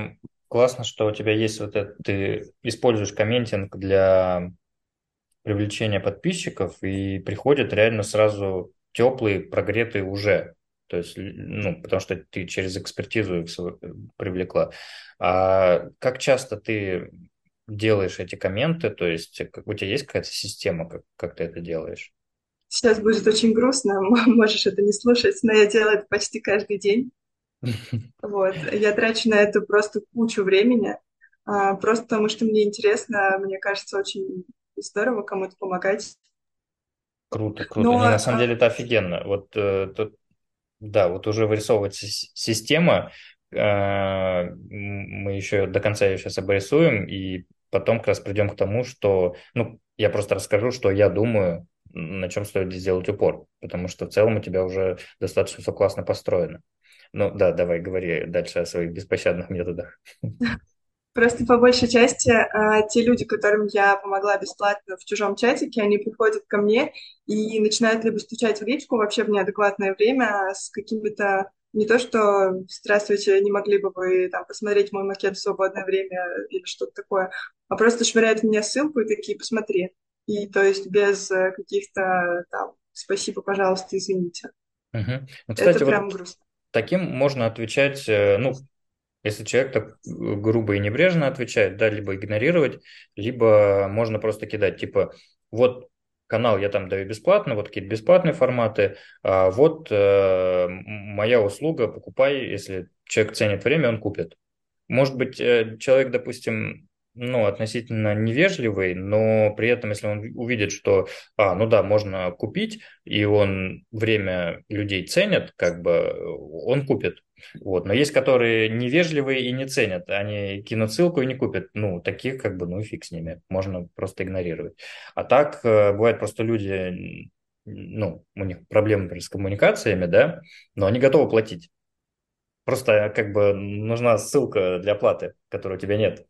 Speaker 1: Классно, что у тебя есть вот это, ты используешь комментинг для привлечения подписчиков, и приходят реально сразу теплые, прогретые уже. То есть, ну, потому что ты через экспертизу их привлекла. А как часто ты делаешь эти комменты? То есть, у тебя есть какая-то система, как ты это делаешь?
Speaker 2: Сейчас будет очень грустно, можешь это не слушать, но я делаю это почти каждый день. Вот. Я трачу на это просто кучу времени, просто потому что мне интересно, мне кажется, очень здорово кому-то помогать.
Speaker 1: Круто, круто.
Speaker 2: Но
Speaker 1: Не, на самом деле это офигенно. Вот тут, да, вот уже вырисовывается система. Мы еще до конца ее сейчас обрисуем, и потом как раз придем к тому, что, ну, я просто расскажу, что я думаю, на чем стоит сделать упор, потому что в целом у тебя уже достаточно все классно построено. Ну, да, давай, говори дальше о своих беспощадных методах.
Speaker 2: просто по большей части те люди, которым я помогла бесплатно в чужом чатике, они приходят ко мне и начинают либо стучать в личку вообще в неадекватное время с какими-то не то, что «Здравствуйте, не могли бы вы там посмотреть мой макет в свободное время» или что-то такое, а просто швыряют мне ссылку и такие «посмотри». И то есть без каких-то там «спасибо, пожалуйста, извините».
Speaker 1: Мгм. Ну,
Speaker 2: Это
Speaker 1: кстати,
Speaker 2: прям
Speaker 1: вот
Speaker 2: грустно.
Speaker 1: таким можно отвечать, ну, если человек так грубо и небрежно отвечает, да, либо игнорировать, либо можно просто кидать, типа, вот канал я там даю бесплатно, вот какие-то бесплатные форматы, а вот моя услуга, покупай, если человек ценит время, он купит. Может быть, человек, допустим, ну, относительно невежливый, но при этом, если он увидит, что, ну да, можно купить, и он время людей ценит, как бы он купит. Вот. Но есть, которые невежливые и не ценят, они кинут ссылку и не купят. Ну, таких, как бы, ну и фиг с ними, можно просто игнорировать. А так, бывает просто люди, ну, у них проблемы, например, с коммуникациями, да, но они готовы платить. Просто как бы нужна ссылка для оплаты, которой у тебя нет.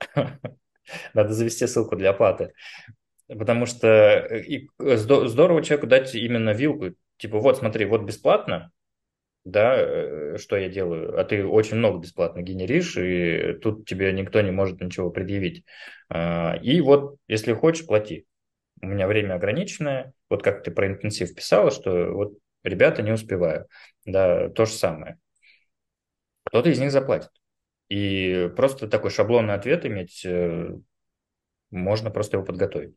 Speaker 1: Надо завести ссылку для оплаты. Потому что здорово человеку дать именно вилку. Типа, вот смотри, вот бесплатно, да, что я делаю, а ты очень много бесплатно генеришь, и тут тебе никто не может ничего предъявить. И вот, если хочешь, плати. У меня время ограниченное. Вот как ты про интенсив писала, что вот ребята не успеваю. Да, то же самое. Кто-то из них заплатит. И просто такой шаблонный ответ иметь, можно просто его подготовить.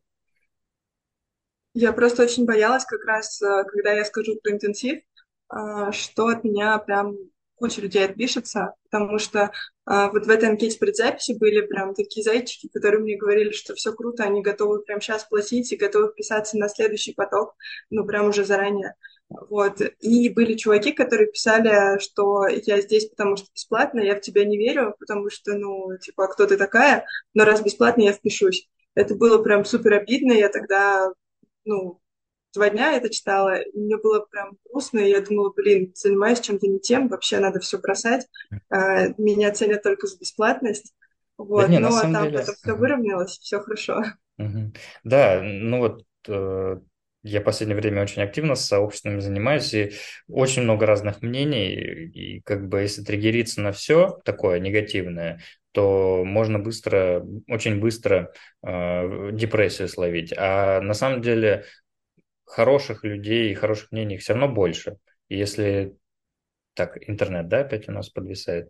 Speaker 2: Я просто очень боялась как раз, когда я скажу про интенсив, что от меня прям куча людей отпишется, потому что вот в этой анкете перед записью были прям такие зайчики, которые мне говорили, что все круто, они готовы прямо сейчас платить и готовы вписаться на следующий поток, ну прям уже заранее. Вот. И были чуваки, которые писали, что я здесь, потому что бесплатно, я в тебя не верю, потому что, ну, типа, а кто ты такая? Но раз бесплатно, я впишусь. Это было прям супер обидно, я тогда ну, 2 дня это читала, и мне было прям грустно, и я думала, блин, занимаюсь чем-то не тем, вообще надо все бросать, меня ценят только за бесплатность,
Speaker 1: Да
Speaker 2: вот,
Speaker 1: не, на
Speaker 2: но
Speaker 1: самом
Speaker 2: там
Speaker 1: деле,
Speaker 2: потом все выровнялось, все хорошо.
Speaker 1: мгм. Да, ну вот я в последнее время очень активно с сообществами занимаюсь, и очень много разных мнений, и как бы если триггериться на все такое негативное, то можно быстро, очень быстро депрессию словить. А на самом деле хороших людей и хороших мнений все равно больше. И если так, интернет, да, опять у нас подвисает?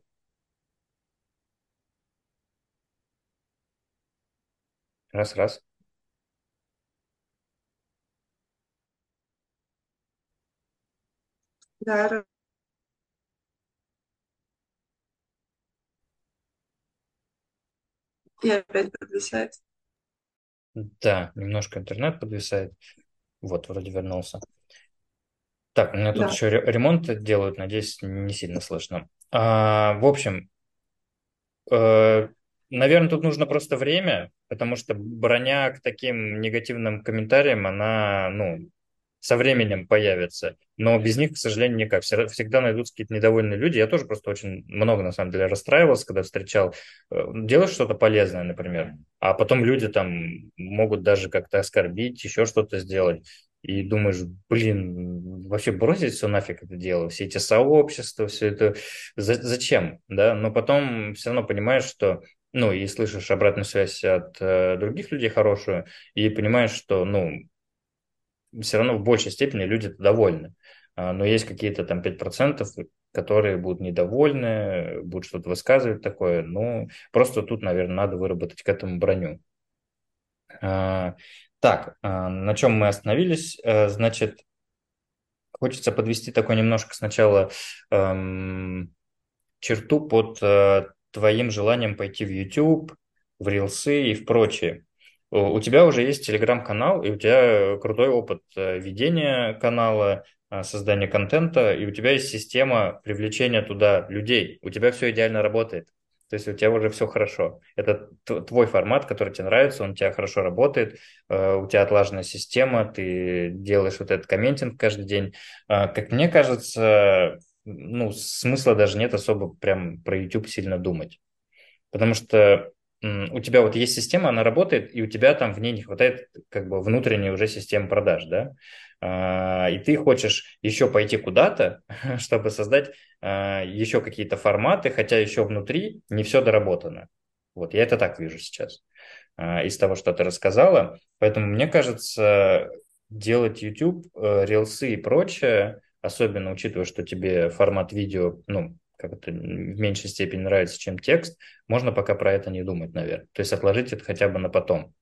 Speaker 1: Раз, раз.
Speaker 2: Да, и опять подвисает.
Speaker 1: Да, немножко интернет подвисает. Вот, вроде вернулся. Так, у меня тут
Speaker 2: Да.
Speaker 1: еще ремонт делают, надеюсь, не сильно слышно. В общем, наверное, тут нужно просто время, потому что броня к таким негативным комментариям, она, ну, со временем появится. Но без них, к сожалению, никак. Всегда найдутся какие-то недовольные люди. Я тоже просто очень много, на самом деле, расстраивался, когда встречал. Делаешь что-то полезное, например, а потом люди там могут даже как-то оскорбить, еще что-то сделать. и думаешь, блин, вообще бросить все нафиг это дело, все эти сообщества, все это, зачем, да? Но потом все равно понимаешь, что, ну, и слышишь обратную связь от других людей хорошую, и понимаешь, что, ну, все равно в большей степени люди довольны. Но есть какие-то там 5%, которые будут недовольны, будут что-то высказывать такое. Ну, просто тут, наверное, надо выработать к этому броню. А, Так, на чем мы остановились? Значит, хочется подвести такой немножко сначала черту под твоим желанием пойти в YouTube, в Рилсы и в прочее. У тебя уже есть телеграм-канал, и у тебя крутой опыт ведения канала, создания контента, и у тебя есть система привлечения туда людей. У тебя все идеально работает. То есть у тебя уже все хорошо. Это твой формат, который тебе нравится, он у тебя хорошо работает, у тебя отлаженная система, ты делаешь вот этот комментинг каждый день. Как мне кажется, ну, смысла даже нет особо прям про YouTube сильно думать. Потому что у тебя вот есть система, она работает, и у тебя там в ней не хватает как бы внутренней уже системы продаж, да? И ты хочешь еще пойти куда-то, чтобы создать еще какие-то форматы, хотя еще внутри не все доработано. Вот, я это так вижу сейчас из того, что ты рассказала. Поэтому мне кажется, делать YouTube, рилсы и прочее, особенно учитывая, что тебе формат видео, ну, как это в меньшей степени нравится, чем текст, можно пока про это не думать, наверное. То есть отложить это хотя бы на потом.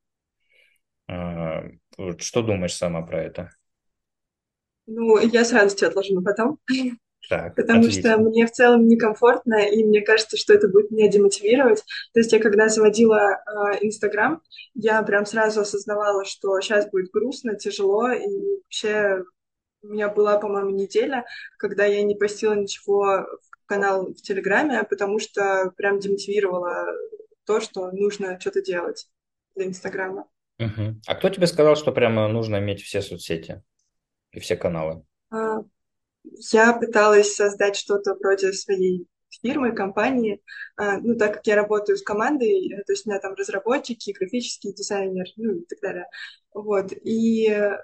Speaker 1: Вот что думаешь сама про это?
Speaker 2: Ну, я с радостью отложу на потом,
Speaker 1: Так,
Speaker 2: потому что
Speaker 1: отлично.
Speaker 2: мне в целом некомфортно, и мне кажется, что это будет меня демотивировать. То есть я когда заводила Инстаграм, я прям сразу осознавала, что сейчас будет грустно, тяжело, и вообще у меня была, по-моему, неделя, когда я не постила ничего в канал в Телеграме, потому что прям демотивировала то, что нужно что-то делать для Инстаграма.
Speaker 1: Мгм. А кто тебе сказал, что прямо нужно иметь все соцсети и все каналы?
Speaker 2: А, Я пыталась создать что-то вроде своей фирмы, компании. Ну, так как я работаю с командой, то есть у меня там разработчики, графический дизайнер, ну и так далее. Вот. И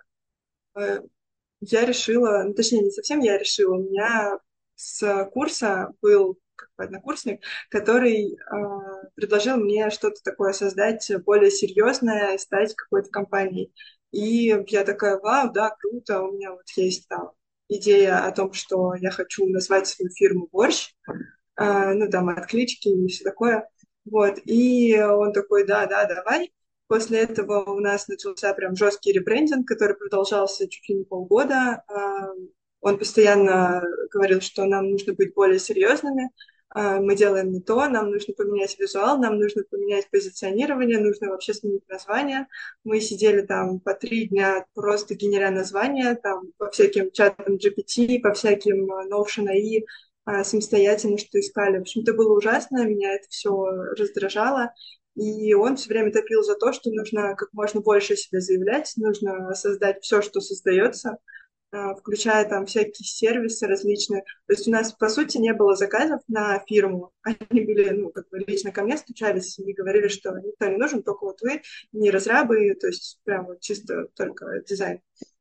Speaker 2: я решила, ну, точнее, не совсем я решила, у меня с курса был как бы однокурсник, который предложил мне что-то такое создать более серьезное, стать какой-то компанией. И я такая, вау, да, круто, у меня вот есть там идея о том, что я хочу назвать свою фирму «Борщ», ну, там, от клички и все такое. Вот, и он такой, да, да, давай. После этого у нас начался прям жесткий ребрендинг, который продолжался чуть ли не полгода. Он постоянно говорил, что нам нужно быть более серьезными, мы делаем не то, нам нужно поменять визуал, нам нужно поменять позиционирование, нужно вообще сменить название. Мы сидели там по 3 дня, просто генеря названия, там по всяким чатам GPT, по всяким Notion AI, самостоятельно что искали. В общем, это было ужасно, меня это все раздражало. И он все время топил за то, что нужно как можно больше себя заявлять, нужно создать все, что создается, включая там всякие сервисы различные. То есть у нас, по сути, не было заказов на фирму. Они были, ну, как бы лично ко мне стучались и говорили, что никто не нужен, только вот вы, не разрабы, то есть прям вот чисто только дизайн.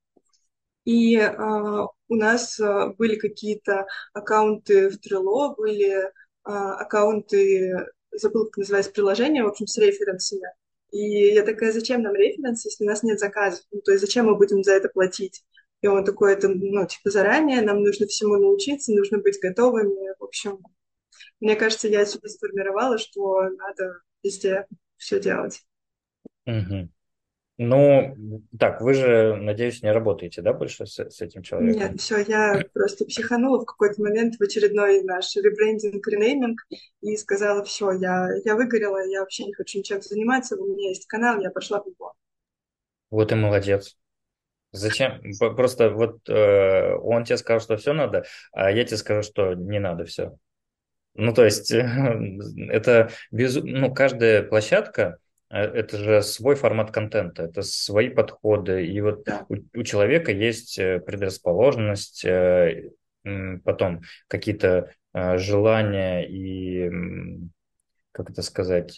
Speaker 2: И у нас были какие-то аккаунты в Trello, были аккаунты, забыла, как называется приложение, в общем, с референсами. И я такая, зачем нам референс, если у нас нет заказов? Ну, то есть зачем мы будем за это платить? И он такой, это, ну, типа, заранее, нам нужно всему научиться, нужно быть готовыми. В общем, мне кажется, я себе сформировала, что надо везде все делать.
Speaker 1: Мгм. Ну, так, вы же, надеюсь, не работаете, да, больше с этим
Speaker 2: Нет,
Speaker 1: человеком?
Speaker 2: все, я просто психанула в какой-то момент в очередной наш ребрендинг, ренейминг и сказала, все, я выгорела, я вообще не хочу ничем заниматься, у меня есть канал, я пошла в него.
Speaker 1: Вот и молодец. Зачем? Просто вот он тебе сказал, что все надо, а я тебе скажу, что не надо все. Ну, то есть, это ну, каждая площадка, это же свой формат контента, это свои подходы. И вот
Speaker 2: Да.
Speaker 1: у человека есть предрасположенность, потом какие-то желания и, как это сказать,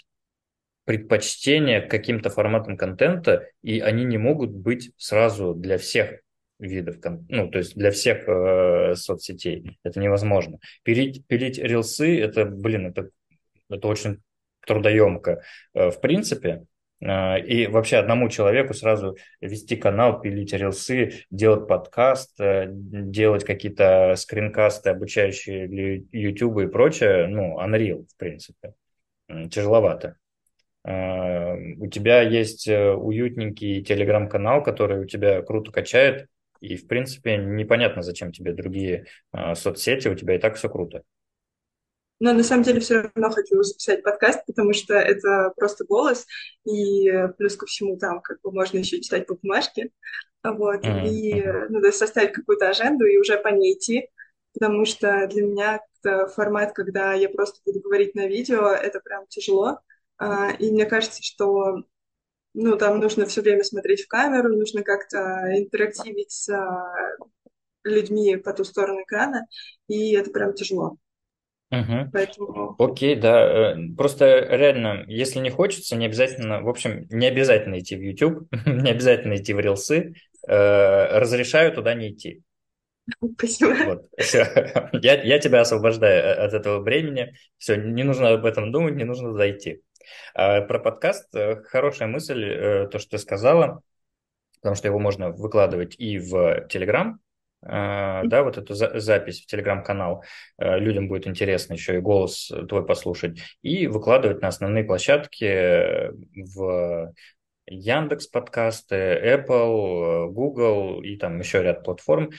Speaker 1: предпочтения к каким-то форматам контента, и они не могут быть сразу для всех. видов, ну, то есть для всех соцсетей. Это невозможно. Пилить рилсы, это, блин, это очень трудоемко, в принципе. И вообще одному человеку сразу вести канал, пилить рилсы, делать подкаст, делать какие-то скринкасты, обучающие для YouTube и прочее, ну, Unreal, в принципе. Тяжеловато. У тебя есть уютненький телеграм-канал, который у тебя круто качает, и, в принципе, непонятно, зачем тебе другие соцсети, у тебя и так все круто.
Speaker 2: Но на самом деле все равно хочу записать подкаст, потому что это просто голос, и плюс ко всему там как бы можно еще читать по бумажке, вот,
Speaker 1: Мгм,
Speaker 2: и
Speaker 1: мгм,
Speaker 2: надо составить какую-то аженду и уже по ней идти, потому что для меня это формат, когда я просто буду говорить на видео, это прям тяжело. И мне кажется, что ну, там нужно все время смотреть в камеру, нужно как-то интерактивить с людьми по ту сторону экрана, и это прям тяжело.
Speaker 1: мгм.
Speaker 2: Поэтому
Speaker 1: Окей, да. Просто реально, если не хочется, не обязательно, в общем, не обязательно идти в YouTube, не обязательно идти в рилсы. Разрешаю туда не идти.
Speaker 2: спасибо.
Speaker 1: Вот, все. Я тебя освобождаю от этого времени. Все, не нужно об этом думать, не нужно туда идти. Про подкаст хорошая мысль, то, что ты сказала, потому что его можно выкладывать и в Telegram, да, вот эту запись в Telegram-канал, людям будет интересно еще и голос твой послушать, и выкладывать на основные площадки в Яндекс подкасты, Apple, Google и там еще ряд платформ.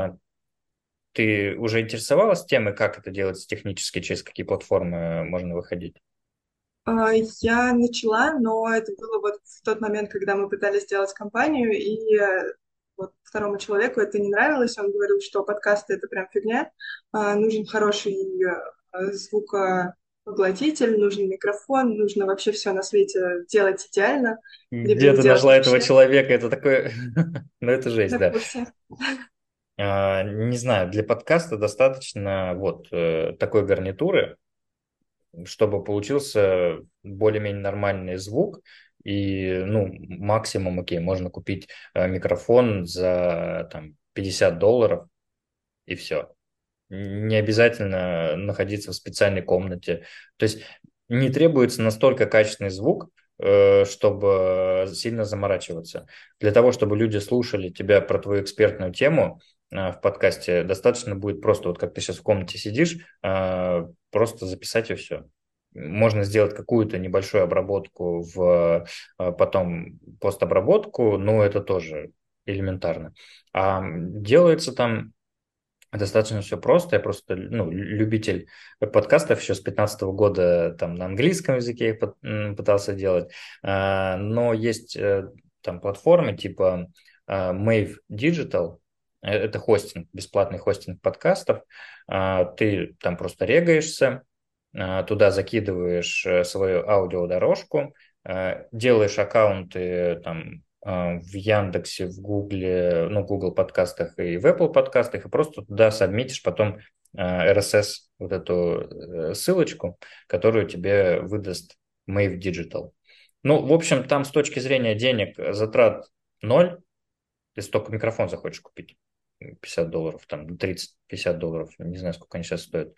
Speaker 1: Ты уже интересовалась темой, как это делается технически, через какие платформы можно выходить?
Speaker 2: Я начала, но это было вот в тот момент, когда мы пытались сделать компанию, и вот второму человеку это не нравилось. Он говорил, что подкасты — это прям фигня. Нужен хороший звукопоглотитель, нужен микрофон, нужно вообще все на свете делать идеально, либо
Speaker 1: Где
Speaker 2: не
Speaker 1: ты
Speaker 2: делать
Speaker 1: нашла этого
Speaker 2: вообще.
Speaker 1: человека? Это такое... Ну, это жесть,
Speaker 2: На
Speaker 1: да.
Speaker 2: курсе.
Speaker 1: Не знаю, для подкаста достаточно вот такой гарнитуры, чтобы получился более-менее нормальный звук. И, ну, максимум, окей, можно купить микрофон за там, $50, и все. Не обязательно находиться в специальной комнате. То есть не требуется настолько качественный звук, чтобы сильно заморачиваться. Для того, чтобы люди слушали тебя про твою экспертную тему в подкасте, достаточно будет просто, вот как ты сейчас в комнате сидишь, просто записать и все. Можно сделать какую-то небольшую обработку потом постобработку, но это тоже элементарно. Делается там достаточно все просто. Я просто, ну, любитель подкастов еще с 15 года там на английском языке их пытался делать. Но есть там платформы типа Mave Digital. Это хостинг, бесплатный хостинг подкастов. Ты там просто регаешься, туда закидываешь свою аудиодорожку, делаешь аккаунты там в Яндексе, в Гугле, ну, Google подкастах и в Apple подкастах, и просто туда сабмитишь потом RSS, вот эту ссылочку, которую тебе выдаст Mave Digital. Ну, в общем, там с точки зрения денег затрат ноль, если только микрофон захочешь купить. $50, там 30-50, не знаю, сколько они сейчас стоят.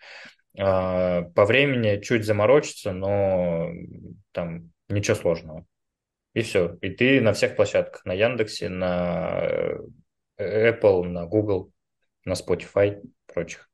Speaker 1: По времени чуть заморочиться, но там ничего сложного. И все. И ты на всех площадках, на Яндексе, на Apple, на Google, на Spotify, прочих.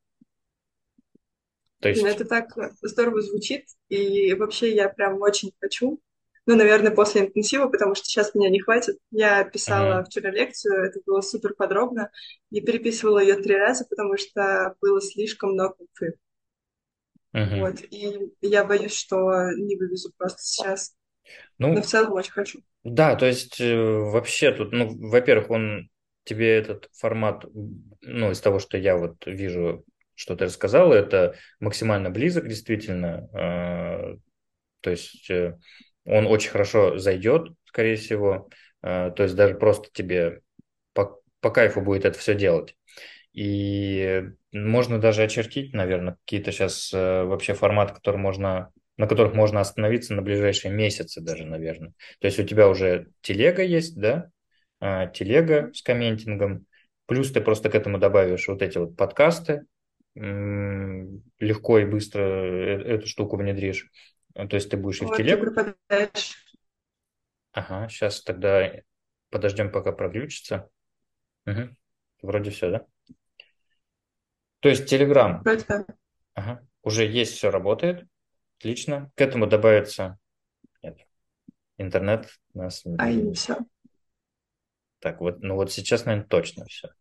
Speaker 1: То
Speaker 2: Блин,
Speaker 1: есть,
Speaker 2: это так здорово звучит, и вообще я прям очень хочу. Ну, наверное, после интенсива, потому что сейчас меня не хватит. Я писала
Speaker 1: мгм,
Speaker 2: вчера лекцию, это было супер подробно, и переписывала ее 3 раза, потому что было слишком много инфы.
Speaker 1: мгм.
Speaker 2: Вот, и я боюсь, что не вывезу просто сейчас. Но в
Speaker 1: Ну,
Speaker 2: целом очень хочу.
Speaker 1: да, то есть вообще тут, ну, во-первых, он тебе этот формат, ну, из того, что я вот вижу, что ты рассказал, это максимально близок действительно. То есть он очень хорошо зайдет, скорее всего. То есть даже просто тебе по кайфу будет это все делать. И можно даже очертить, наверное, какие-то сейчас вообще форматы, на которых можно остановиться на ближайшие месяцы даже, наверное. То есть у тебя уже телега есть, да? Телега с комментингом. Плюс ты просто к этому добавишь вот эти вот подкасты, легко и быстро эту штуку внедришь. То есть ты будешь и в
Speaker 2: Вот ты
Speaker 1: телегу.
Speaker 2: пропадаешь.
Speaker 1: Ага, сейчас тогда подождем, пока проглючится. Мгм. Вроде все, да? То есть Telegram,
Speaker 2: Вроде да.
Speaker 1: ага, уже есть, все работает. Отлично. К этому добавится, нет, интернет у нас
Speaker 2: А и не все.
Speaker 1: так вот, ну вот сейчас, наверное, точно все.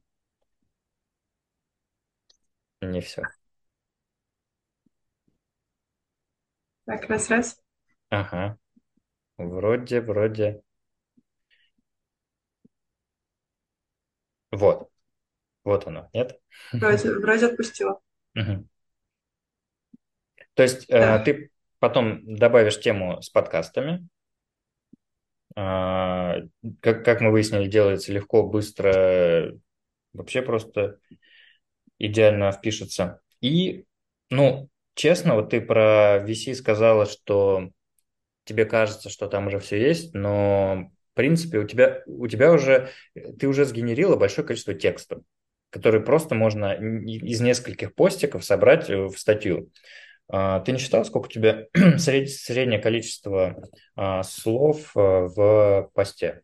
Speaker 1: Не все.
Speaker 2: Так, раз-раз.
Speaker 1: Ага, вроде. Вот, вот оно, нет?
Speaker 2: Вроде отпустила.
Speaker 1: Мгм. То есть
Speaker 2: Да.
Speaker 1: ты потом добавишь тему с подкастами. А, как мы выяснили, делается легко, быстро, вообще просто идеально впишется. И, ну, честно, вот ты про VC сказала, что тебе кажется, что там уже все есть, но в принципе у тебя уже, ты уже сгенерила большое количество текстов, которые просто можно из нескольких постиков собрать в статью. Ты не считал, сколько у тебя среднее количество слов в посте?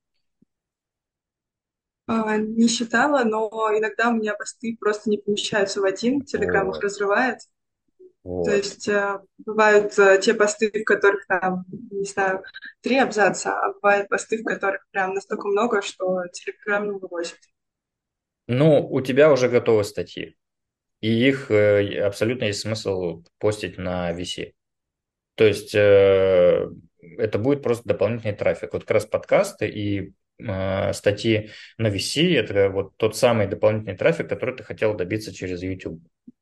Speaker 2: Не считала, но иногда у меня посты просто не помещаются в один, Телеграм их
Speaker 1: Вот,
Speaker 2: разрывает. То
Speaker 1: вот.
Speaker 2: есть бывают те посты, в которых там, не знаю, 3 абзаца, а бывают посты, в которых прям настолько много, что Телеграм не вывозит.
Speaker 1: Ну, у тебя уже готовы статьи, и их абсолютно есть смысл постить на VC. То есть это будет просто дополнительный трафик. Вот как раз подкасты и статьи на VC – это вот тот самый дополнительный трафик, который ты хотел добиться через YouTube.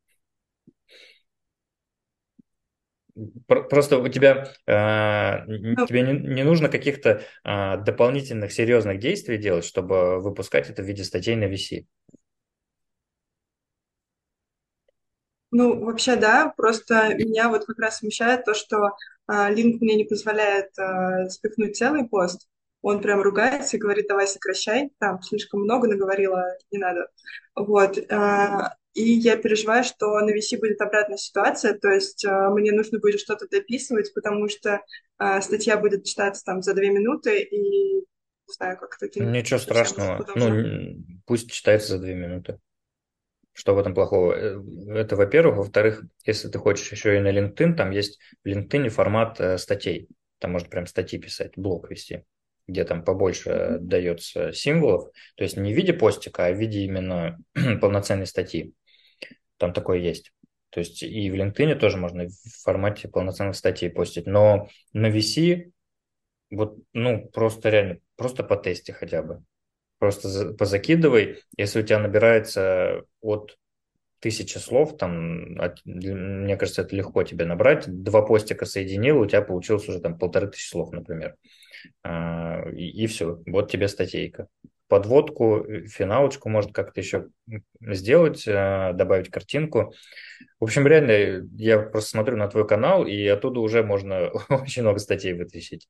Speaker 1: Просто у тебя
Speaker 2: Ну,
Speaker 1: тебе не нужно каких-то дополнительных серьезных действий делать, чтобы выпускать это в виде статей на VC.
Speaker 2: ну, вообще, да, просто меня вот как раз смущает то, что линк мне не позволяет запихнуть целый пост. Он прям ругается и говорит, давай сокращай, там слишком много наговорила, не надо. Вот. И я переживаю, что на VC будет обратная ситуация, то есть мне нужно будет что-то дописывать, потому что статья будет читаться там за 2 минуты, и не знаю, как это
Speaker 1: Ничего
Speaker 2: не совсем
Speaker 1: страшного. Ну,
Speaker 2: удобно.
Speaker 1: пусть читается за 2 минуты. Что в этом плохого? Это, во-первых. Во-вторых, если ты хочешь еще и на LinkedIn, там есть в LinkedIn формат статей. Там можно прям статьи писать, блог вести, где там побольше дается символов. То есть не в виде постика, а в виде именно полноценной статьи. Там такое есть. То есть и в LinkedIn тоже можно в формате полноценных статей постить. Но на VC вот, ну, просто реально, просто по тесте хотя бы. Просто позакидывай. Если у тебя набирается от 1000 слов, там, мне кажется, это легко тебе набрать. 2 постика соединил, у тебя получилось уже там 1500 слов, например. И все, вот тебе статейка. Подводку, финалочку может как-то еще сделать, добавить картинку. В общем, реально, я просто смотрю на твой канал, и оттуда уже можно очень много статей вытащить.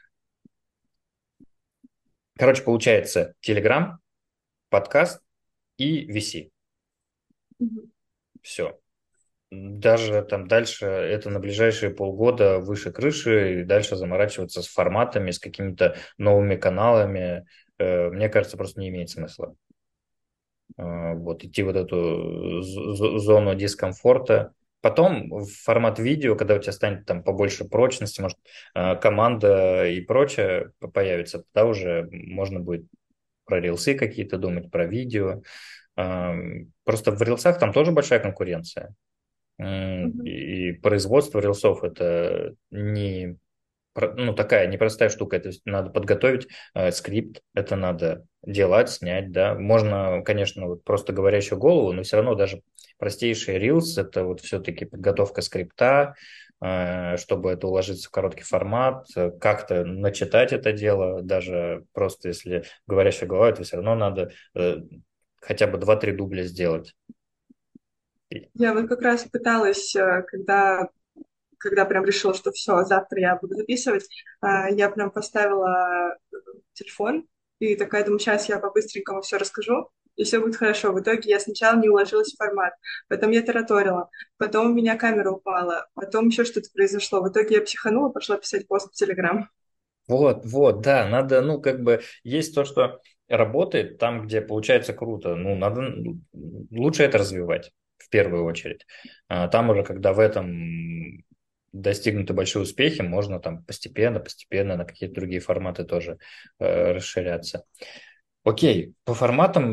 Speaker 1: Короче, получается, Telegram, подкаст и VC.
Speaker 2: Мгм.
Speaker 1: Все. Даже там дальше, это на ближайшие полгода выше крыши, и дальше заморачиваться с форматами, с какими-то новыми каналами, мне кажется, просто не имеет смысла. Вот идти вот эту зону дискомфорта. Потом в формат видео, когда у тебя станет там побольше прочности, может, команда и прочее появится, тогда уже можно будет про рилсы какие-то думать, про видео. Просто в рилсах там тоже большая конкуренция.
Speaker 2: Мгм.
Speaker 1: И производство рилсов это не ну, такая непростая штука. Это надо подготовить скрипт, это надо делать, снять, да. Можно, конечно, вот просто говорящую голову, но все равно даже простейший Reels – это вот все-таки подготовка скрипта, чтобы это уложиться в короткий формат, как-то начитать это дело, даже просто если говорящая голова, это все равно надо хотя бы 2-3 дубля сделать.
Speaker 2: Я вот как раз пыталась, когда прям решила, что все, завтра я буду записывать, я прям поставила телефон и такая думаю, сейчас я по-быстренькому все расскажу. и все будет хорошо. В итоге я сначала не уложилась в формат, потом я тараторила, потом у меня камера упала, потом еще что-то произошло. В итоге я психанула, пошла писать пост в Телеграм.
Speaker 1: Вот, вот, да, надо, ну, как бы, есть то, что работает там, где получается круто, ну, надо лучше это развивать в первую очередь. Там уже, когда в этом достигнуты большие успехи, можно там постепенно, постепенно на какие-то другие форматы тоже расширяться. Окей, по форматам,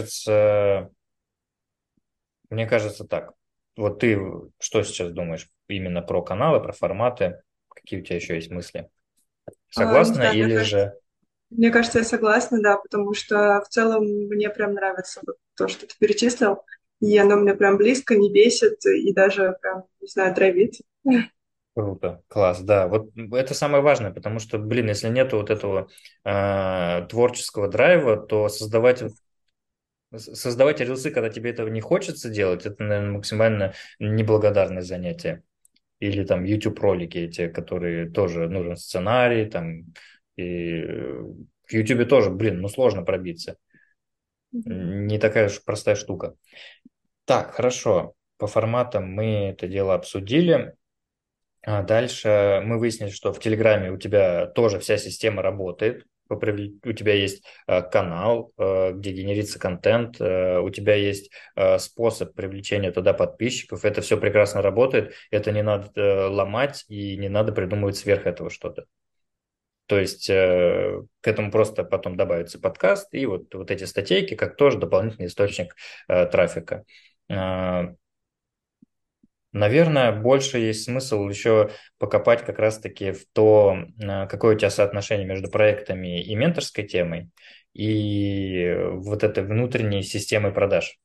Speaker 1: мне кажется так. Вот ты что сейчас думаешь именно про каналы, про форматы? Какие у тебя еще есть мысли?
Speaker 2: Не
Speaker 1: Согласна
Speaker 2: знаю,
Speaker 1: или же...
Speaker 2: мне кажется, я согласна, да, потому что в целом мне прям нравится вот то, что ты перечислил, и оно мне прям близко, не бесит и даже прям, не знаю, драйвит.
Speaker 1: Круто, класс, да. Вот это самое важное, потому что, блин, если нету вот этого творческого драйва, то создавать рилсы, когда тебе этого не хочется делать, это, наверное, максимально неблагодарное занятие. Или там YouTube-ролики эти, которые тоже нужен сценарий, там, и в YouTube тоже, блин, ну сложно пробиться.
Speaker 2: Мгм.
Speaker 1: Не такая уж простая штука. Так, хорошо. По форматам мы это дело обсудили. А дальше мы выяснили, что в Телеграме у тебя тоже вся система работает. У тебя есть канал, где генерится контент, у тебя есть способ привлечения туда подписчиков. Это все прекрасно работает. Это не надо ломать и не надо придумывать сверх этого что-то. То есть к этому просто потом добавится подкаст и вот эти статейки, как тоже дополнительный источник трафика. А, Наверное, больше есть смысл еще покопать как раз-таки в то, какое у тебя соотношение между проектами и менторской темой, и вот этой внутренней системой продаж.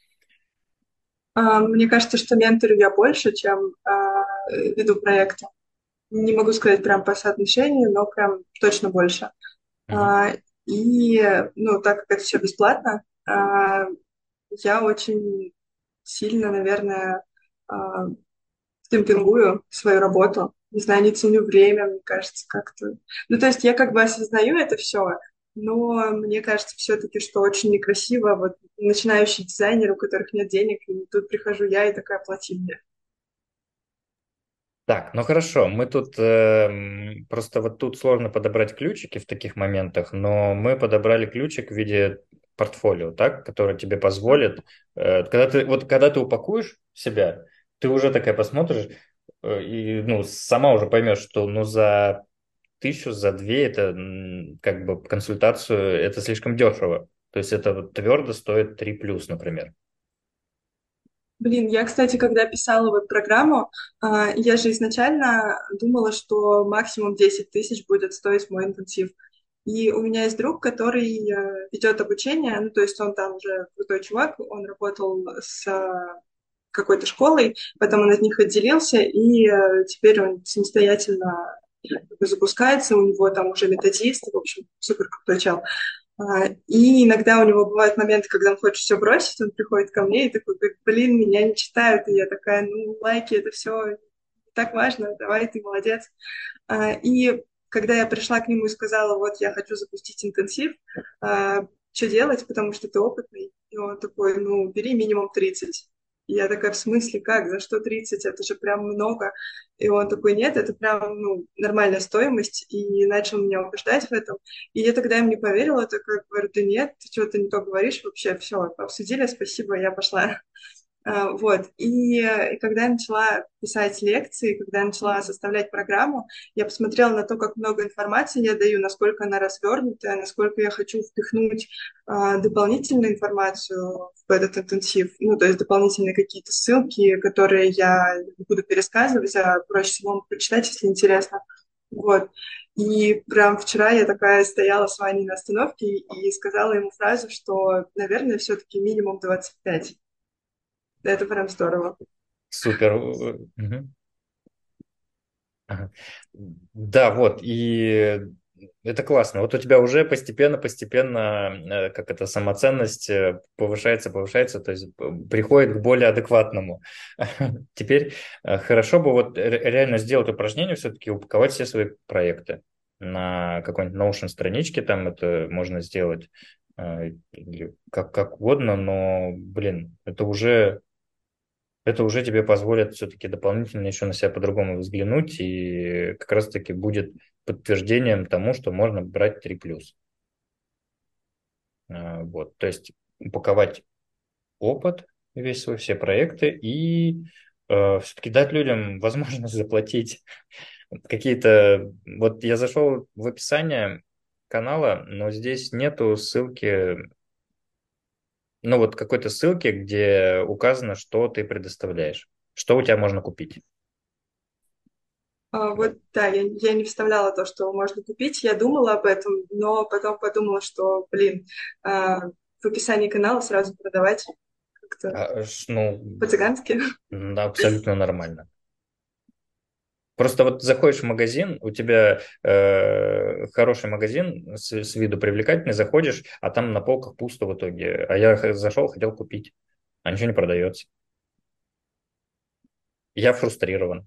Speaker 2: Мне кажется, что менторю я больше, чем веду проекты. Не могу сказать прям по соотношению, но прям точно больше.
Speaker 1: Мгм.
Speaker 2: А, и, ну, так как это все бесплатно, я очень сильно, наверное, а, демпингую свою работу. Не знаю, не ценю время, мне кажется, как-то. Ну, то есть я как бы осознаю это все, но мне кажется все-таки, что очень некрасиво вот начинающий дизайнер, у которых нет денег, и тут прихожу я и такая плати мне.
Speaker 1: Так, ну хорошо, мы тут просто вот тут сложно подобрать ключики в таких моментах, но мы подобрали ключик в виде портфолио, так, который тебе позволит, когда ты упакуешь себя, ты уже такая посмотришь и ну сама уже поймешь, что ну за 1000, за 2 это как бы консультацию это слишком дешево, то есть это вот твердо стоит 3 плюс, например.
Speaker 2: Блин, я, кстати, когда писала веб-программу, я же изначально думала, что максимум 10 тысяч будет стоить мой интенсив. И у меня есть друг, который ведет обучение, ну, то есть он там уже крутой чувак, он работал с какой-то школой, потом он от них отделился, и теперь он самостоятельно как бы запускается, у него там уже методист, в общем, супер крутой чел. И иногда у него бывают моменты, когда он хочет все бросить, он приходит ко мне и такой, говорит, блин, меня не читают, и я такая, ну, лайки, это все не так важно, давай, ты молодец. И когда я пришла к нему и сказала, вот, я хочу запустить интенсив, что делать, потому что ты опытный, и он такой, ну, бери минимум 30. И я такая, в смысле, как, за что 30? Это же прям много. И он такой, нет, это прям, ну, нормальная стоимость, и начал меня убеждать в этом. И я тогда им не поверила, такая говорю, да нет, ты что-то не то говоришь вообще, все, обсудили, спасибо, я пошла. Вот. И когда я начала писать лекции, когда я начала составлять программу, я посмотрела на то, как много информации я даю, насколько она развернутая, насколько я хочу впихнуть дополнительную информацию в этот интенсив, ну, то есть дополнительные какие-то ссылки, которые я не буду пересказывать, а проще всего прочитать, если интересно. Вот. И прям вчера я такая стояла с Ваней на остановке и сказала ему фразу, что, наверное, все-таки минимум 25. Это прям здорово.
Speaker 1: Супер. Мгм. Ага. Да, вот, и это классно. Вот у тебя уже постепенно, как это, самоценность повышается, повышается, то есть приходит к более адекватному. Теперь хорошо бы вот реально сделать упражнение, все-таки упаковать все свои проекты на какой-нибудь Notion страничке, там это можно сделать. или как угодно, но, блин, это уже тебе позволит все-таки дополнительно еще на себя по-другому взглянуть и как раз-таки будет подтверждением тому, что можно брать 3+. Вот, то есть упаковать опыт, весь свой, все проекты и все-таки дать людям возможность заплатить какие-то... Вот я зашел в описание канала, но здесь нету ссылки, ну вот какой-то ссылки, где указано, что ты предоставляешь, что у тебя можно купить.
Speaker 2: Вот, да, я не вставляла то, что можно купить. Я думала об этом, но потом подумала, что, блин, в описании канала сразу продавать как-то
Speaker 1: Ну,
Speaker 2: по-цыгански.
Speaker 1: да, абсолютно нормально. Просто вот заходишь в магазин, у тебя хороший магазин, с виду привлекательный, заходишь, а там на полках пусто в итоге. А я зашел, хотел купить, а ничего не продается. Я фрустрирован.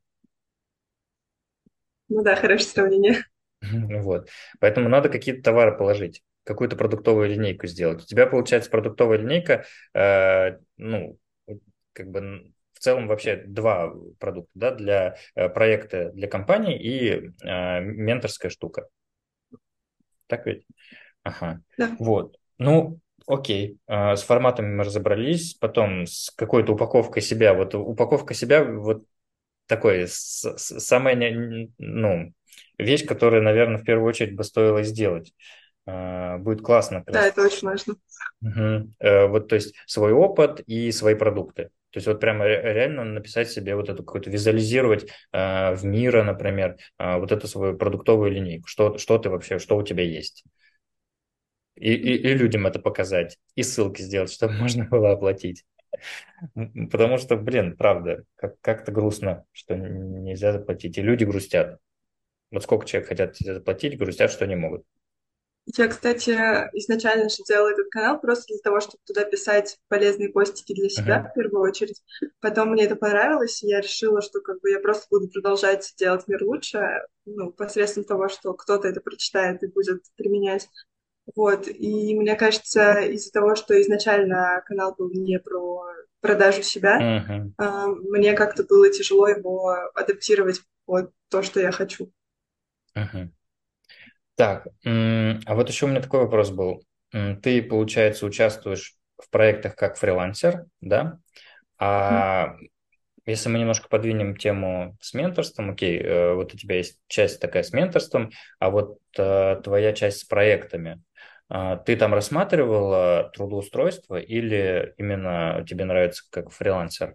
Speaker 2: Ну да, хорошее сравнение.
Speaker 1: Вот. Поэтому надо какие-то товары положить, какую-то продуктовую линейку сделать. У тебя получается продуктовая линейка, ну, как бы в целом вообще два продукта, да, для проекта для компании и менторская штука. Так ведь? Ага.
Speaker 2: Да.
Speaker 1: Вот. Ну, окей. С форматами мы разобрались. Потом с какой-то упаковкой себя. Вот упаковка себя, вот такой, самая, ну, вещь, которую, наверное, в первую очередь бы стоило сделать. Будет классно как
Speaker 2: Да,
Speaker 1: раз.
Speaker 2: это очень важно.
Speaker 1: Мгм. Вот, то есть свой опыт и свои продукты. То есть вот прямо реально написать себе вот эту какую-то, визуализировать в мира, например, вот эту свою продуктовую линейку. Что ты вообще, что у тебя есть. И людям это показать, и ссылки сделать, чтобы можно было оплатить. Потому что, блин, правда, как-то грустно, что нельзя заплатить. И люди грустят. Вот сколько человек хотят тебе заплатить, грустят, что не могут.
Speaker 2: Я, кстати, изначально же делала этот канал просто для того, чтобы туда писать полезные постики для себя
Speaker 1: Мгм.
Speaker 2: в первую очередь. Потом мне это понравилось, и я решила, что как бы я просто буду продолжать делать мир лучше, ну, посредством того, что кто-то это прочитает и будет применять. Вот. И мне кажется, из-за того, что изначально канал был не про продажу себя,
Speaker 1: Мгм.
Speaker 2: мне как-то было тяжело его адаптировать под то, что я хочу.
Speaker 1: Мгм. Так, а вот еще у меня такой вопрос был. Ты, получается, участвуешь в проектах как фрилансер, да? А если мы немножко подвинем тему с менторством, окей, вот у тебя есть часть такая с менторством, а вот твоя часть с проектами, ты там рассматривала трудоустройство или именно тебе нравится как фрилансер?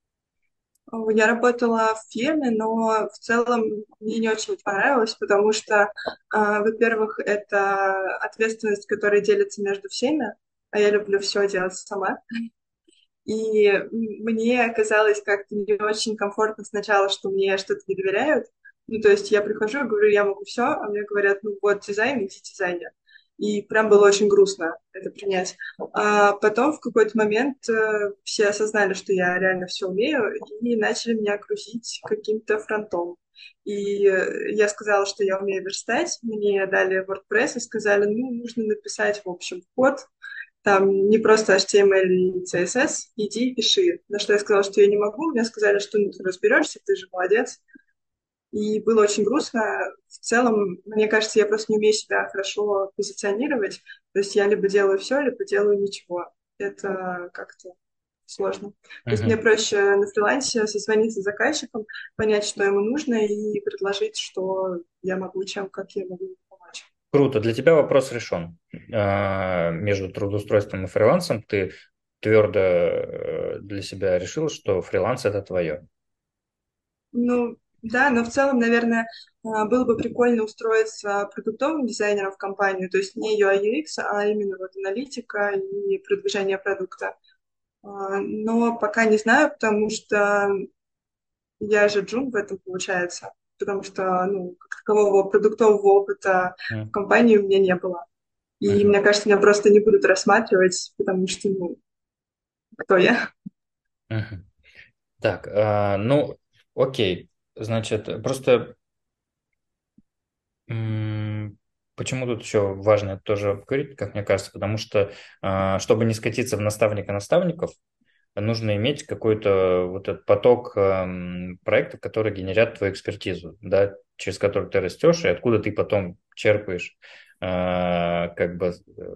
Speaker 2: Я работала в фирме, но в целом мне не очень это понравилось, потому что, во-первых, это ответственность, которая делится между всеми, а я люблю все делать сама. И мне казалось как-то не очень комфортно сначала, что мне что-то не доверяют. Ну, то есть я прихожу и говорю, я могу все, а мне говорят, ну вот дизайн, иди дизайнер. И прям было очень грустно это принять. А потом в какой-то момент все осознали, что я реально все умею, и начали меня грузить каким-то фронтом. И я сказала, что я умею верстать, мне дали WordPress и сказали, ну, нужно написать, в общем, код, там не просто HTML и CSS, иди и пиши. На что я сказала, что я не могу. Мне сказали, что ну, ты разберешься, ты же молодец. И было очень грустно. В целом, мне кажется, я просто не умею себя хорошо позиционировать. То есть я либо делаю все, либо делаю ничего. Это как-то сложно. То есть мне
Speaker 1: Мгм.
Speaker 2: проще на фрилансе созвониться с заказчиком, понять, что ему нужно, и предложить, что я могу, чем, как я могу помочь.
Speaker 1: Круто, для тебя вопрос решен. Между трудоустройством и фрилансом ты твердо для себя решил, что фриланс это твое.
Speaker 2: Ну, да, но в целом, наверное, было бы прикольно устроиться продуктовым дизайнером в компанию, то есть не UI UX, а именно вот аналитика и продвижение продукта. Но пока не знаю, потому что я же джун в этом получается, потому что, ну, как такового продуктового опыта в
Speaker 1: Мгм.
Speaker 2: компании у меня не было. И
Speaker 1: Мгм.
Speaker 2: мне кажется, меня просто не будут рассматривать, потому что, ну, кто я?
Speaker 1: Мгм. Так, ну, окей. Значит, просто м, почему тут еще важно это тоже говорить, как мне кажется, потому что, чтобы не скатиться в наставника наставников, нужно иметь какой-то вот этот поток проектов, которые генерят твою экспертизу, да, через который ты растешь, и откуда ты потом черпаешь, как бы,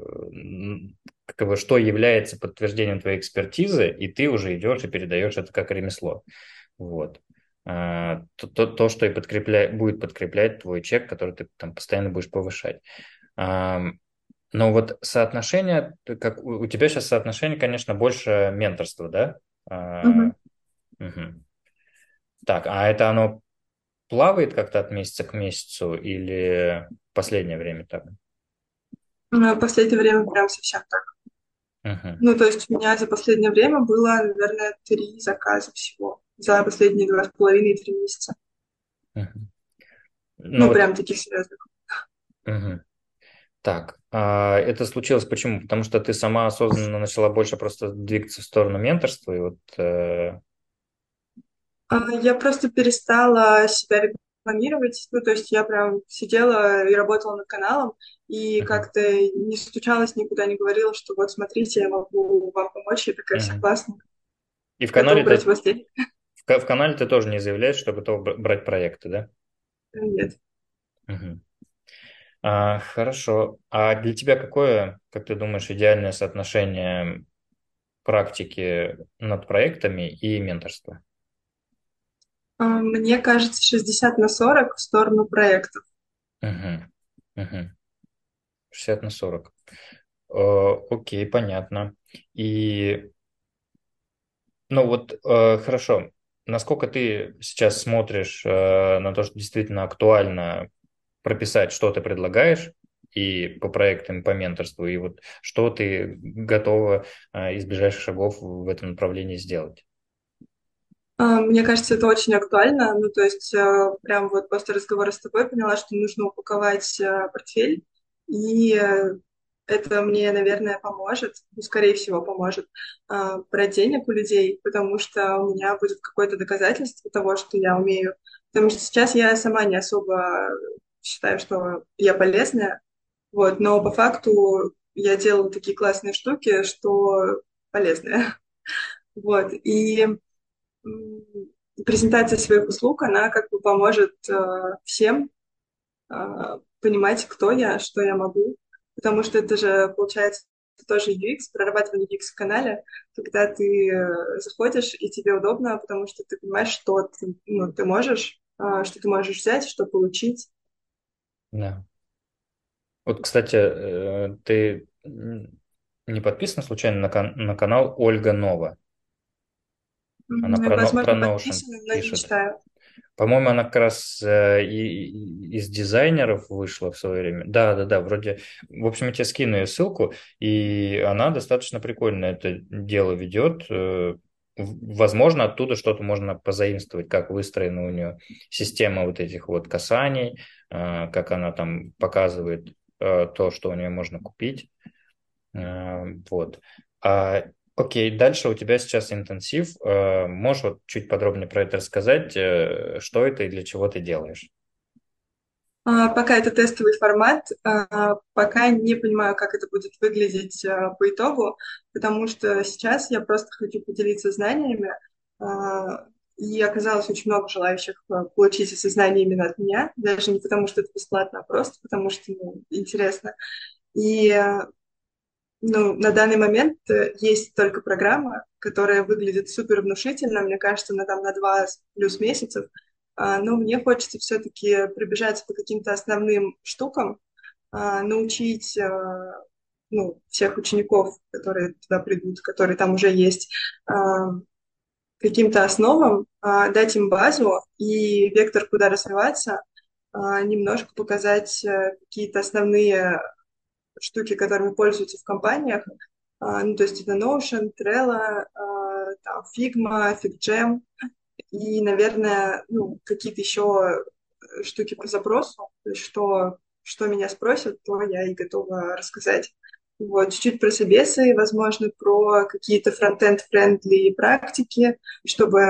Speaker 1: что является подтверждением твоей экспертизы, и ты уже идешь и передаешь это как ремесло. Вот. То, что и будет подкреплять твой чек, который ты там постоянно будешь повышать. Но вот соотношение, как у тебя сейчас соотношение, конечно, больше менторства, да? А,
Speaker 2: Мгм.
Speaker 1: мгм. Так, а это оно плавает как-то от месяца к месяцу или в последнее время так?
Speaker 2: В последнее время прям совсем так.
Speaker 1: Мгм.
Speaker 2: Ну, то есть у меня за последнее время было, наверное, 3 заказа всего за последние 2,5-3 месяца.
Speaker 1: Мгм. Ну
Speaker 2: Ну,
Speaker 1: вот,
Speaker 2: прям таких серьезных.
Speaker 1: мгм. Так, это случилось почему? Потому что ты сама осознанно начала больше просто двигаться в сторону менторства, и вот,
Speaker 2: Я просто перестала себя рекламировать. Ну, то есть я прям сидела и работала над каналом, и
Speaker 1: мгм.
Speaker 2: как-то не стучалась, никуда не говорила, что вот смотрите, я могу вам помочь, я такая вся
Speaker 1: Мгм.
Speaker 2: классная,
Speaker 1: И в
Speaker 2: готова
Speaker 1: канале
Speaker 2: брать
Speaker 1: ты,
Speaker 2: у вас денег.
Speaker 1: в канале ты тоже не заявляешь, что готов брать проекты, да?
Speaker 2: Нет.
Speaker 1: Мгм. Хорошо. А для тебя какое, как ты думаешь, идеальное соотношение практики над проектами и менторства?
Speaker 2: Мне кажется, 60/40 в сторону проектов.
Speaker 1: Мгм. Мгм. 60/40. Окей, понятно. И, ну вот, хорошо. Насколько ты сейчас смотришь на то, что действительно актуально прописать, что ты предлагаешь, и по проектам, и по менторству, и вот что ты готова из ближайших шагов в этом направлении сделать?
Speaker 2: Мне кажется, это очень актуально. Ну, то есть, прям вот после разговора с тобой поняла, что нужно упаковать портфель, и это мне, наверное, поможет, ну, скорее всего, поможет брать денег у людей, потому что у меня будет какое-то доказательство того, что я умею. Потому что сейчас я сама не особо считаю, что я полезная, вот, но по факту я делаю такие классные штуки, что полезные. Вот, и м, презентация своих услуг, она как бы поможет всем понимать, кто я, что я могу, потому что это же, получается, тоже UX, прорабатывание UX в канале, когда ты заходишь, и тебе удобно, потому что ты понимаешь, что ты, ну, ты можешь, что ты можешь взять, что получить.
Speaker 1: Да. Вот, кстати, ты не подписан случайно на канал Ольга Нова? Она про
Speaker 2: Возможно,
Speaker 1: Notion
Speaker 2: подписано, но не
Speaker 1: пишет.
Speaker 2: читаю.
Speaker 1: По-моему, она как раз из дизайнеров вышла в свое время. Да, да, да, вроде. В общем, я тебе скину ее ссылку, и она достаточно прикольно это дело ведет. Возможно, оттуда что-то можно позаимствовать, как выстроена у нее система вот этих вот касаний, как она там показывает то, что у нее можно купить. Вот. А, окей, дальше у тебя сейчас интенсив. Можешь вот чуть подробнее про это рассказать, что это и для чего ты делаешь?
Speaker 2: Пока это тестовый формат, пока не понимаю, как это будет выглядеть по итогу, потому что сейчас я просто хочу поделиться знаниями, и оказалось очень много желающих получить эти знания именно от меня, даже не потому, что это бесплатно, а просто потому, что ну, интересно. И ну, на данный момент есть только программа, которая выглядит супер внушительно, мне кажется, на 2 плюс месяцев. Но мне хочется все-таки прибежать по каким-то основным штукам, научить ну, всех учеников, которые туда придут, которые там уже есть, каким-то основам, дать им базу и вектор, куда развиваться, немножко показать какие-то основные штуки, которыми пользуются в компаниях. Ну, то есть это Notion, Trello, там, Figma, FigJam и, наверное, ну, какие-то еще штуки по запросу. То есть что меня спросят, то я и готова рассказать. Вот, чуть-чуть про собесы, возможно, про какие-то фронтенд-френдли практики, чтобы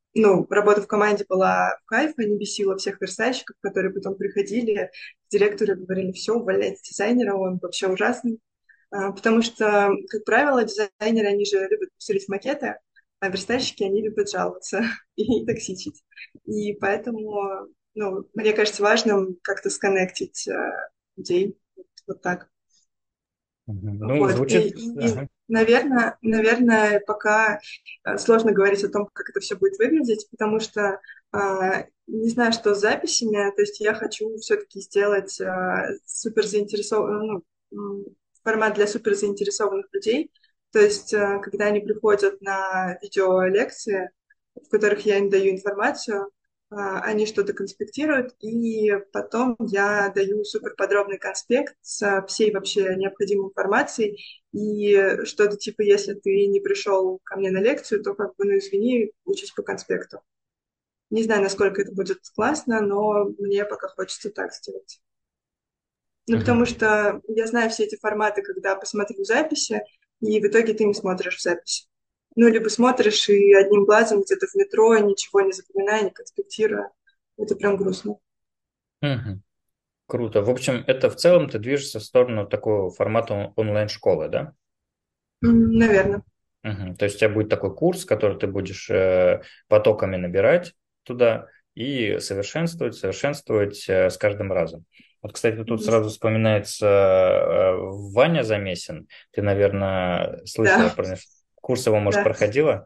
Speaker 2: ну, работа в команде была в кайф, а не бесила всех верстальщиков, которые потом приходили к директору и говорили: все, увольняйте дизайнера, он вообще ужасный. Потому что, как правило, дизайнеры, они же любят писать макеты, а верстальщики, они любят жаловаться и токсичить. И поэтому, ну, мне кажется важным как-то сконнектить людей. Вот так.
Speaker 1: Ну,
Speaker 2: Вот.
Speaker 1: звучит... Ага.
Speaker 2: Наверное, пока сложно говорить о том, как это все будет выглядеть, потому что не знаю, что с записями. То есть я хочу все-таки сделать супер заинтересованный, формат для супер заинтересованных людей. То есть, когда они приходят на видеолекции, в которых я им даю информацию, они что-то конспектируют, и потом я даю супер подробный конспект со всей вообще необходимой информацией, и что-то типа: если ты не пришел ко мне на лекцию, то как бы, ну извини, учись по конспекту. Не знаю, насколько это будет классно, но мне пока хочется так сделать. Ну, потому
Speaker 1: Мгм.
Speaker 2: что я знаю все эти форматы, когда посмотрю записи, и в итоге ты не смотришь запись. Ну, либо смотришь и одним глазом где-то в метро, ничего не запоминая, не конспектируя. Это прям грустно.
Speaker 1: Мгм. Круто. В общем, это в целом ты движешься в сторону такого формата онлайн-школы, да?
Speaker 2: Наверное.
Speaker 1: Мгм. То есть у тебя будет такой курс, который ты будешь потоками набирать туда и совершенствовать с каждым разом. Вот, кстати, тут сразу вспоминается Ваня Замесин. Ты, наверное, слышала
Speaker 2: Да,
Speaker 1: про него. Курс его, может,
Speaker 2: да.
Speaker 1: проходила?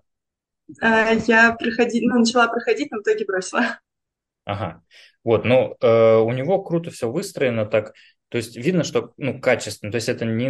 Speaker 2: Ну, начала проходить, но в итоге бросила.
Speaker 1: Ага. Вот, ну, у него круто все выстроено так. То есть видно, что, ну, качественно. То есть это не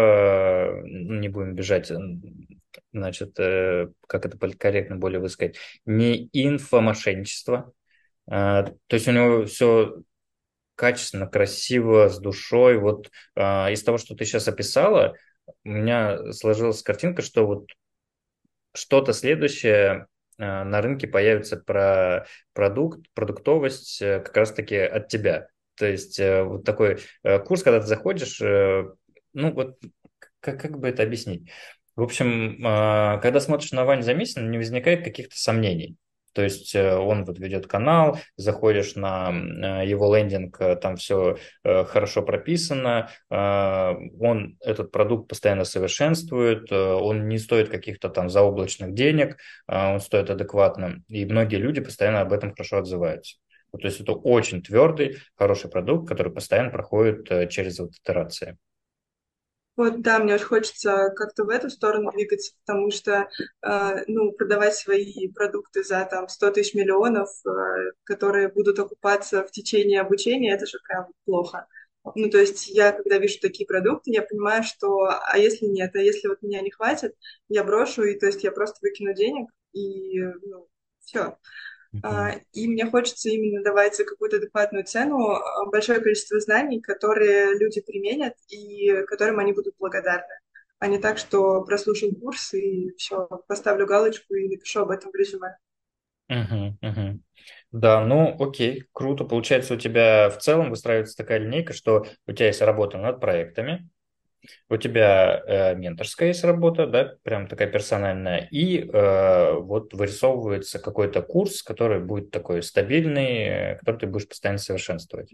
Speaker 1: ну, не будем бежать, значит, как это политкорректно более высказать, не инфомошенничество. То есть у него все качественно, красиво, с душой. Вот из того, что ты сейчас описала, у меня сложилась картинка, что вот что-то следующее на рынке появится про продуктовость как раз-таки от тебя. То есть вот такой курс, когда ты заходишь, ну вот как бы это объяснить? В общем, когда смотришь на Ваню Замесина, не возникает каких-то сомнений. То есть он вот ведет канал, заходишь на его лендинг, там все хорошо прописано, он этот продукт постоянно совершенствует, он не стоит каких-то там заоблачных денег, он стоит адекватно, и многие люди постоянно об этом хорошо отзываются. Вот, то есть это очень твердый, хороший продукт, который постоянно проходит через вот итерации.
Speaker 2: Вот, да, мне очень хочется как-то в эту сторону двигаться, потому что, ну, продавать свои продукты за там 100 тысяч миллионов, которые будут окупаться в течение обучения, это же прям плохо. Ну, то есть я, когда вижу такие продукты, я понимаю, что, а если нет, а если вот меня не хватит, я брошу, и то есть я просто выкину денег, и, ну, все.
Speaker 1: Мгм.
Speaker 2: И мне хочется именно давать за какую-то адекватную цену большое количество знаний, которые люди применят и которым они будут благодарны. А не так, что прослушал курс и все, поставлю галочку и напишу об этом в резюме.
Speaker 1: Мгм, мгм. Да, ну окей, круто. Получается, у тебя в целом выстраивается такая линейка, что у тебя есть работа над проектами, у тебя менторская есть работа, да, прям такая персональная, и вот вырисовывается какой-то курс, который будет такой стабильный, который ты будешь постоянно совершенствовать.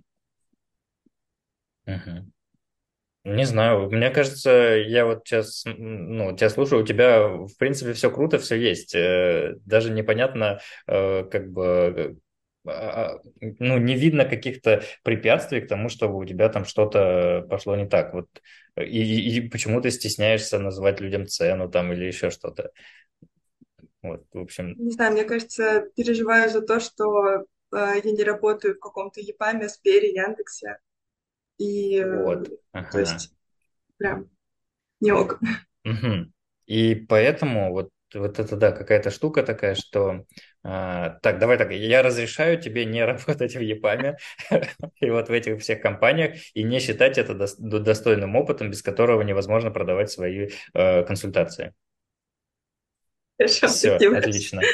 Speaker 1: Мгм. Не знаю, мне кажется, я вот сейчас, ну, тебя слушаю, у тебя, в принципе, все круто, все есть. Даже непонятно, как бы, ну, не видно каких-то препятствий к тому, чтобы у тебя там что-то пошло не так. Вот, и почему ты стесняешься называть людям цену там или еще что-то. Вот, в общем,
Speaker 2: Не знаю, мне кажется, переживаю за то, что я не работаю в каком-то ЕПАМе, Сбере, Яндексе. И,
Speaker 1: вот.
Speaker 2: то
Speaker 1: Ага.
Speaker 2: есть, прям не ок.
Speaker 1: Мгм. И поэтому вот это, да, какая-то штука такая, что так, давай так, я разрешаю тебе не работать в ЕПАМе и вот в этих всех компаниях и не считать это достойным опытом, без которого невозможно продавать свои консультации.
Speaker 2: Хорошо,
Speaker 1: Все,
Speaker 2: спасибо.
Speaker 1: отлично.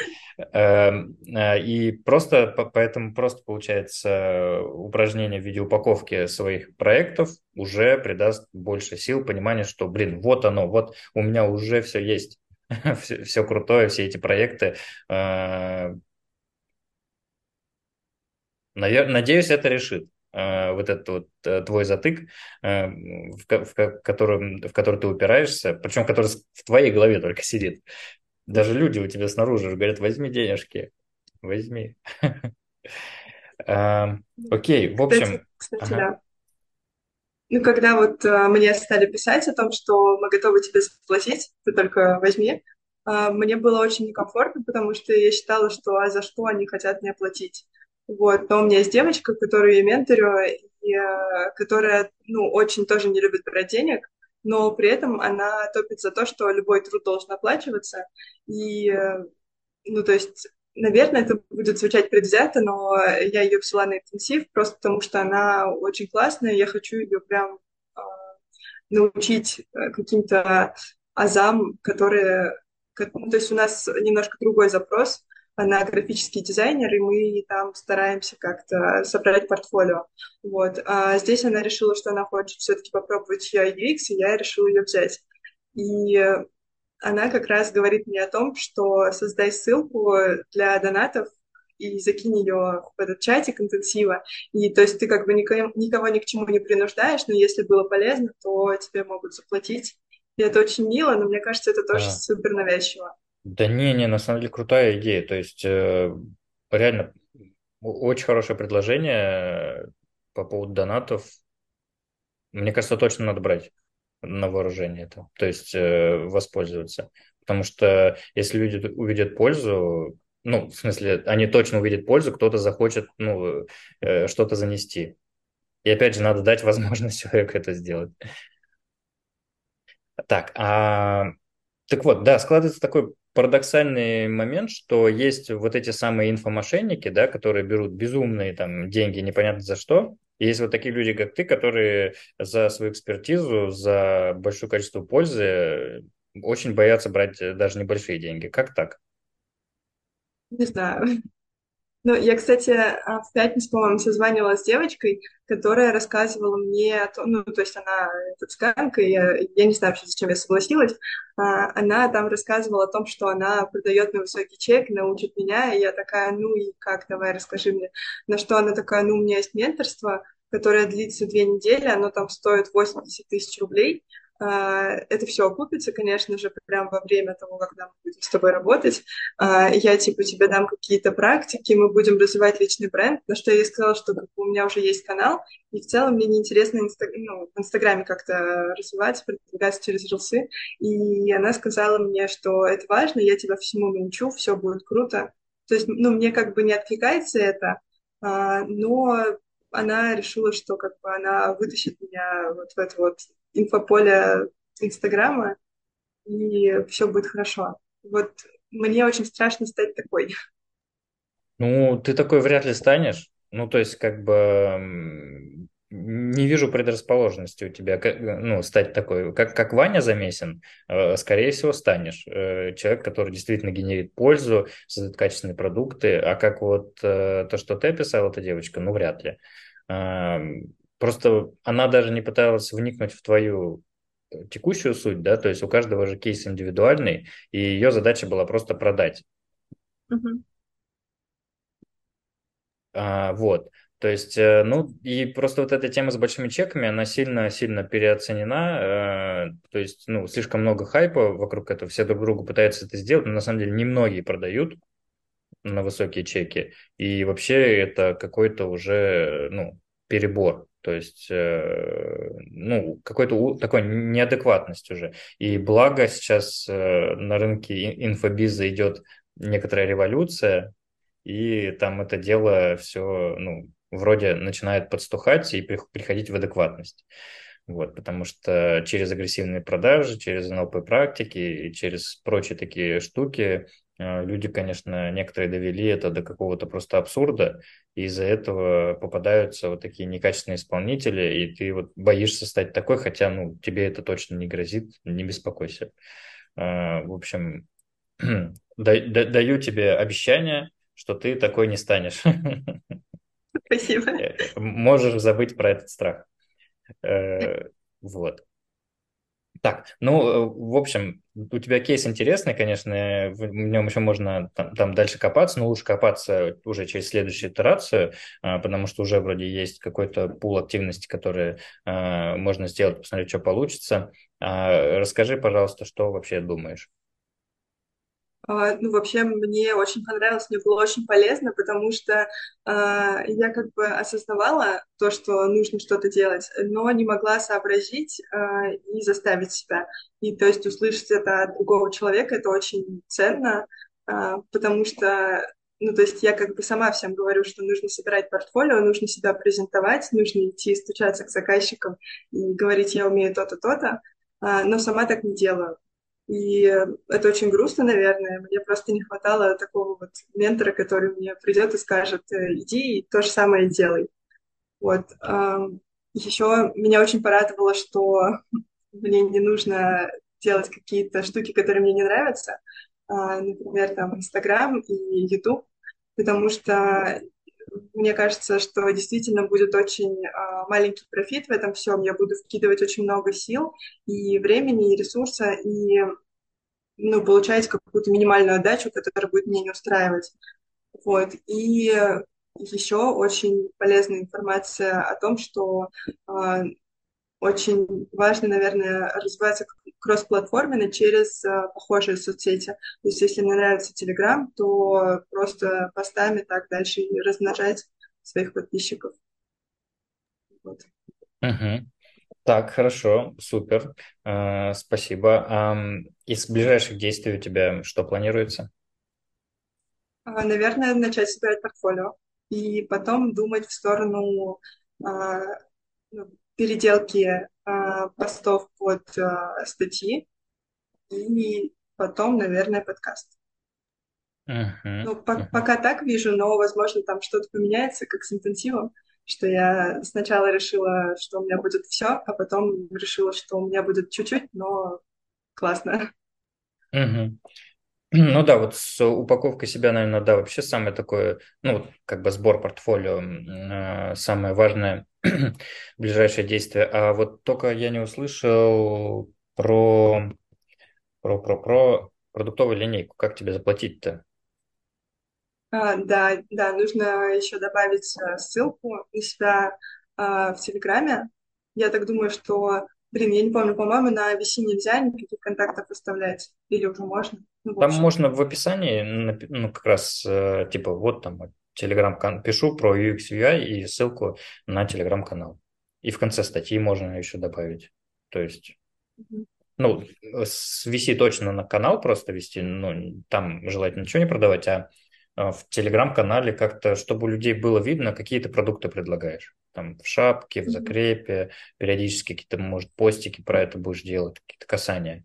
Speaker 1: И просто поэтому просто получается упражнение в виде упаковки своих проектов уже придаст больше сил, понимания, что, блин, вот оно, вот у меня уже все есть, все крутое, все эти проекты. Надеюсь, это решит вот этот вот твой затык, в который ты упираешься, причем который в твоей голове только сидит. Даже люди у тебя снаружи говорят, возьми денежки, возьми. А, Окей, в
Speaker 2: Кстати,
Speaker 1: общем,
Speaker 2: кстати,
Speaker 1: ага.
Speaker 2: да. Ну, когда вот мне стали писать о том, что мы готовы тебе заплатить, ты только возьми, мне было очень некомфортно, потому что я считала, что а за что они хотят мне платить. Вот. Но у меня есть девочка, которую я менторю, и которая, ну, очень тоже не любит брать денег, но при этом она топит за то, что любой труд должен оплачиваться. И ну, то есть, наверное, это будет звучать предвзято, но я ее взяла на интенсив просто потому, что она очень классная, я хочу ее прям научить каким-то азам, которые... Ну, то есть у нас немножко другой запрос, она графический дизайнер, и мы там стараемся как-то собрать портфолио. Вот. А здесь она решила, что она хочет все-таки попробовать UI UX, и я решила ее взять. И она как раз говорит мне о том, что создай ссылку для донатов и закинь ее в этот чатик интенсива. И то есть ты как бы никого ни к чему не принуждаешь, но если было полезно, то тебе могут заплатить. И это очень мило, но мне кажется, это тоже
Speaker 1: А,
Speaker 2: супер навязчиво.
Speaker 1: да не, на самом деле крутая идея. То есть реально очень хорошее предложение по поводу донатов. Мне кажется, точно надо брать на вооружение это, то есть воспользоваться. Потому что если люди увидят пользу, ну, в смысле, они точно увидят пользу, кто-то захочет, ну, что-то занести. И опять же, надо дать возможность человеку это сделать. Так, так вот, да, складывается такой парадоксальный момент, что есть вот эти самые инфомошенники, да, которые берут безумные там деньги непонятно за что. И есть вот такие люди, как ты, которые за свою экспертизу, за большое количество пользы очень боятся брать даже небольшие деньги. Как так?
Speaker 2: Не знаю. Ну, я, кстати, в пятницу, по-моему, созванивалась с девочкой, которая рассказывала мне, ну, то есть она цыганка, и я не знаю вообще, зачем я согласилась. Она там рассказывала о том, что она продает на высокий чек, научит меня, и я такая, ну и как, давай, расскажи мне. На что она такая, ну, у меня есть менторство, которое длится 2 недели, оно там стоит 80 тысяч рублей. Это все окупится, конечно же, прямо во время того, когда мы будем с тобой работать. Я типа тебе дам какие-то практики, мы будем развивать личный бренд, на что я ей сказала, что как бы, у меня уже есть канал, и в целом мне неинтересно ну, в Инстаграме как-то развиваться, продвигаться через рилсы. И она сказала мне, что это важно, я тебя всему научу, все будет круто. То есть, ну, мне как бы не откликается это, но она решила, что как бы она вытащит меня вот в это вот инфополе Инстаграма, и все будет хорошо. Вот мне очень страшно стать такой.
Speaker 1: Ну, ты такой вряд ли станешь. Ну, то есть, как бы не вижу предрасположенности у тебя, ну, стать такой. Как Ваня Замесин, скорее всего, станешь. Человек, который действительно генерит пользу, создает качественные продукты. А как вот то, что ты описала, эта девочка, ну, вряд ли. Просто она даже не пыталась вникнуть в твою текущую суть, да, то есть у каждого же кейс индивидуальный, и ее задача была просто продать.
Speaker 2: Мгм.
Speaker 1: Вот. То есть, ну, и просто вот эта тема с большими чеками, она сильно-сильно переоценена. То есть, ну, слишком много хайпа вокруг этого, все друг другу пытаются это сделать, но на самом деле немногие продают на высокие чеки. И вообще это какой-то уже, ну, перебор. То есть, ну, какой-то такой неадекватность уже. И благо сейчас на рынке инфобиза идет некоторая революция, и там это дело все, ну, вроде начинает подстухать и приходить в адекватность. Вот, потому что через агрессивные продажи, через НЛП практики и через прочие такие штуки люди, конечно, некоторые довели это до какого-то просто абсурда, и из-за этого попадаются вот такие некачественные исполнители, и ты вот боишься стать такой, хотя, ну, тебе это точно не грозит, не беспокойся. В общем, даю тебе обещание, что ты такой не станешь.
Speaker 2: Спасибо.
Speaker 1: Можешь забыть про этот страх. Э, Вот. Так, ну, в общем, у тебя кейс интересный, конечно, в нем еще можно там дальше копаться, но лучше копаться уже через следующую итерацию, потому что уже вроде есть какой-то пул активности, который можно сделать, посмотреть, что получится. Расскажи, пожалуйста, что вообще думаешь?
Speaker 2: Ну, вообще, мне очень понравилось, мне было очень полезно, потому что я как бы осознавала то, что нужно что-то делать, но не могла сообразить и заставить себя. И то есть услышать это от другого человека, это очень ценно, потому что, ну, то есть я как бы сама всем говорю, что нужно собирать портфолио, нужно себя презентовать, нужно идти стучаться к заказчикам и говорить, я умею то-то, то-то, но сама так не делаю. И это очень грустно, наверное. Мне просто не хватало такого вот ментора, который мне придет и скажет, иди и то же самое делай. Вот. Еще меня очень порадовало, что мне не нужно делать какие-то штуки, которые мне не нравятся, например, там Инстаграм и Ютуб, потому что мне кажется, что действительно будет очень маленький профит в этом всем. Я буду вкидывать очень много сил и времени, и ресурса, и ну, получать какую-то минимальную отдачу, которая будет меня не устраивать. Вот. И еще очень полезная информация о том, что очень важно, наверное, развиваться кроссплатформенно через похожие соцсети. То есть если мне нравится Telegram, то просто постами так дальше и размножать своих подписчиков. Вот.
Speaker 1: Мгм. Так, хорошо, супер, спасибо. Из ближайших действий у тебя что планируется?
Speaker 2: Наверное, начать собирать портфолио и потом думать в сторону а, ну, переделки постов под статьи и потом, наверное, подкаст.
Speaker 1: Мгм.
Speaker 2: Ну,
Speaker 1: Мгм.
Speaker 2: пока так вижу, но, возможно, там что-то поменяется, как с интенсивом, что я сначала решила, что у меня будет все, а потом решила, что у меня будет чуть-чуть, но классно.
Speaker 1: Мгм. Ну да, вот с упаковкой себя, наверное, да, вообще самое такое, ну, вот как бы сбор портфолио, самое важное ближайшее действие. А вот только я не услышал про продуктовую линейку. Как тебе заплатить-то?
Speaker 2: Да, да, нужно еще добавить ссылку на себя в Телеграме. Я так думаю, что, блин, я не помню, по-моему, на VC нельзя никаких контактов оставлять. Или уже можно? Ну, в
Speaker 1: Там
Speaker 2: общем.
Speaker 1: можно в описании, ну, как раз, типа, вот там телеграм пишу про UX UI и ссылку на телеграм-канал. И в конце статьи можно еще добавить. То есть,
Speaker 2: Мгм.
Speaker 1: ну, вести точно на канал просто вести, ну, там желательно ничего не продавать, в телеграм-канале как-то, чтобы у людей было видно, какие ты продукты предлагаешь. Там в шапке, в
Speaker 2: Мгм.
Speaker 1: закрепе, периодически какие-то, может, постики про это будешь делать, какие-то касания.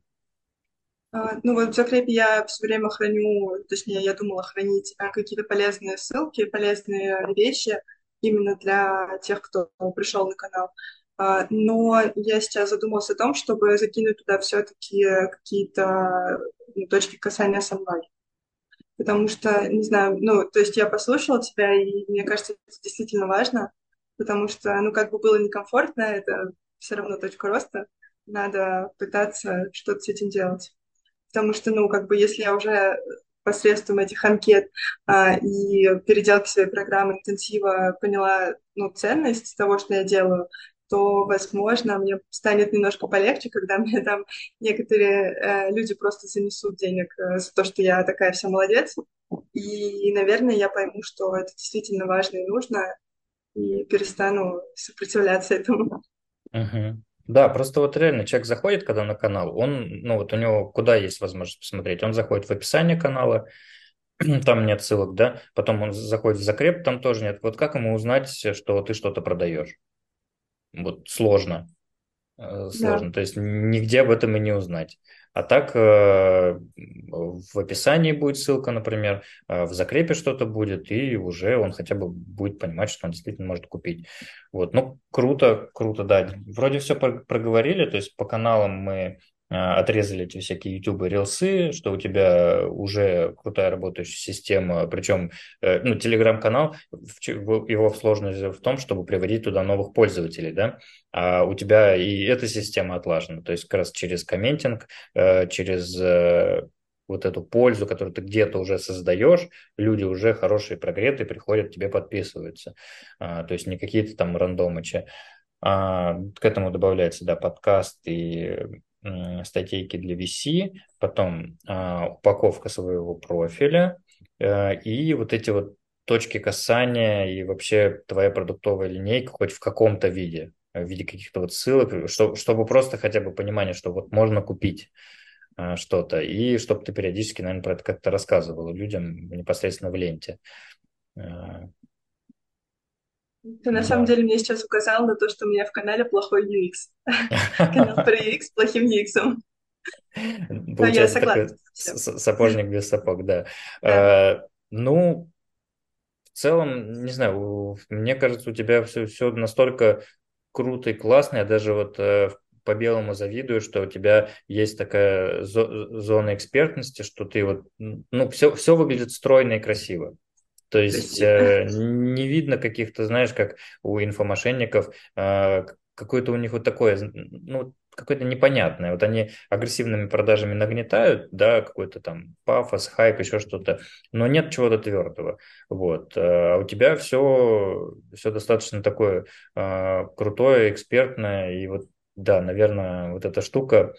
Speaker 2: Ну вот в закрепе я все время храню, точнее, я думала хранить какие-то полезные ссылки, полезные вещи именно для тех, кто пришел на канал. Но я сейчас задумалась о том, чтобы закинуть туда все-таки какие-то точки касания со мной. Потому что, не знаю, ну, то есть я послушала тебя, и мне кажется, это действительно важно, потому что, ну, как бы было некомфортно, это все равно точка роста, надо пытаться что-то с этим делать. Потому что, ну, как бы, если я уже посредством этих анкет и переделки своей программы интенсива поняла, ну, ценность того, что я делаю, то, возможно, мне станет немножко полегче, когда мне там некоторые люди просто занесут денег за то, что я такая вся молодец. И, наверное, я пойму, что это действительно важно и нужно, и перестану сопротивляться этому.
Speaker 1: Мгм. Да, просто вот реально человек заходит, когда на канал, он, ну вот у него куда есть возможность посмотреть? Он заходит в описание канала, там нет ссылок, да, потом он заходит в закреп, там тоже нет. Вот как ему узнать, что ты что-то продаешь? Вот сложно.
Speaker 2: Да.
Speaker 1: Сложно. То есть нигде об этом и не узнать. А так в описании будет ссылка, например, в закрепе что-то будет, и уже он хотя бы будет понимать, что он действительно может купить. Вот. Ну, круто, круто, да. Вроде все проговорили, то есть по каналам мы отрезали эти всякие YouTube и рилсы, что у тебя уже крутая работающая система, причем, ну, Telegram-канал, его сложность в том, чтобы приводить туда новых пользователей, да, а у тебя и эта система отлажена, то есть как раз через комментинг, через вот эту пользу, которую ты где-то уже создаешь, люди уже хорошие, прогретые, приходят, тебе подписываются. То есть не какие-то там рандомычи. К этому добавляется, да, подкаст и статейки для VC, потом упаковка своего профиля и вот эти вот точки касания и вообще твоя продуктовая линейка хоть в каком-то виде, в виде каких-то вот ссылок, чтобы просто хотя бы понимание, что вот можно купить что-то, и чтобы ты периодически, наверное, про это как-то рассказывал людям непосредственно в ленте. Э,
Speaker 2: Ты на самом
Speaker 1: Да.
Speaker 2: деле мне сейчас указал на то, что у меня в канале плохой UX. Канал про UX с плохим UX. Но я
Speaker 1: Получается
Speaker 2: согласна
Speaker 1: такой
Speaker 2: совсем.
Speaker 1: сапожник без сапог, да.
Speaker 2: Да.
Speaker 1: Ну, в целом, не знаю, мне кажется, у тебя все настолько круто и классно. Я даже вот по белому завидую, что у тебя есть такая зона экспертности, что ты вот, ну, все выглядит стройно и красиво. То есть
Speaker 2: Спасибо.
Speaker 1: не видно каких-то, знаешь, как у инфомошенников, какое-то у них вот такое, ну, какое-то непонятное. Вот они агрессивными продажами нагнетают, да, какой-то там пафос, хайп, еще что-то, но нет чего-то твердого. Вот. А у тебя все достаточно такое крутое, экспертное, и вот, да, наверное, вот эта штука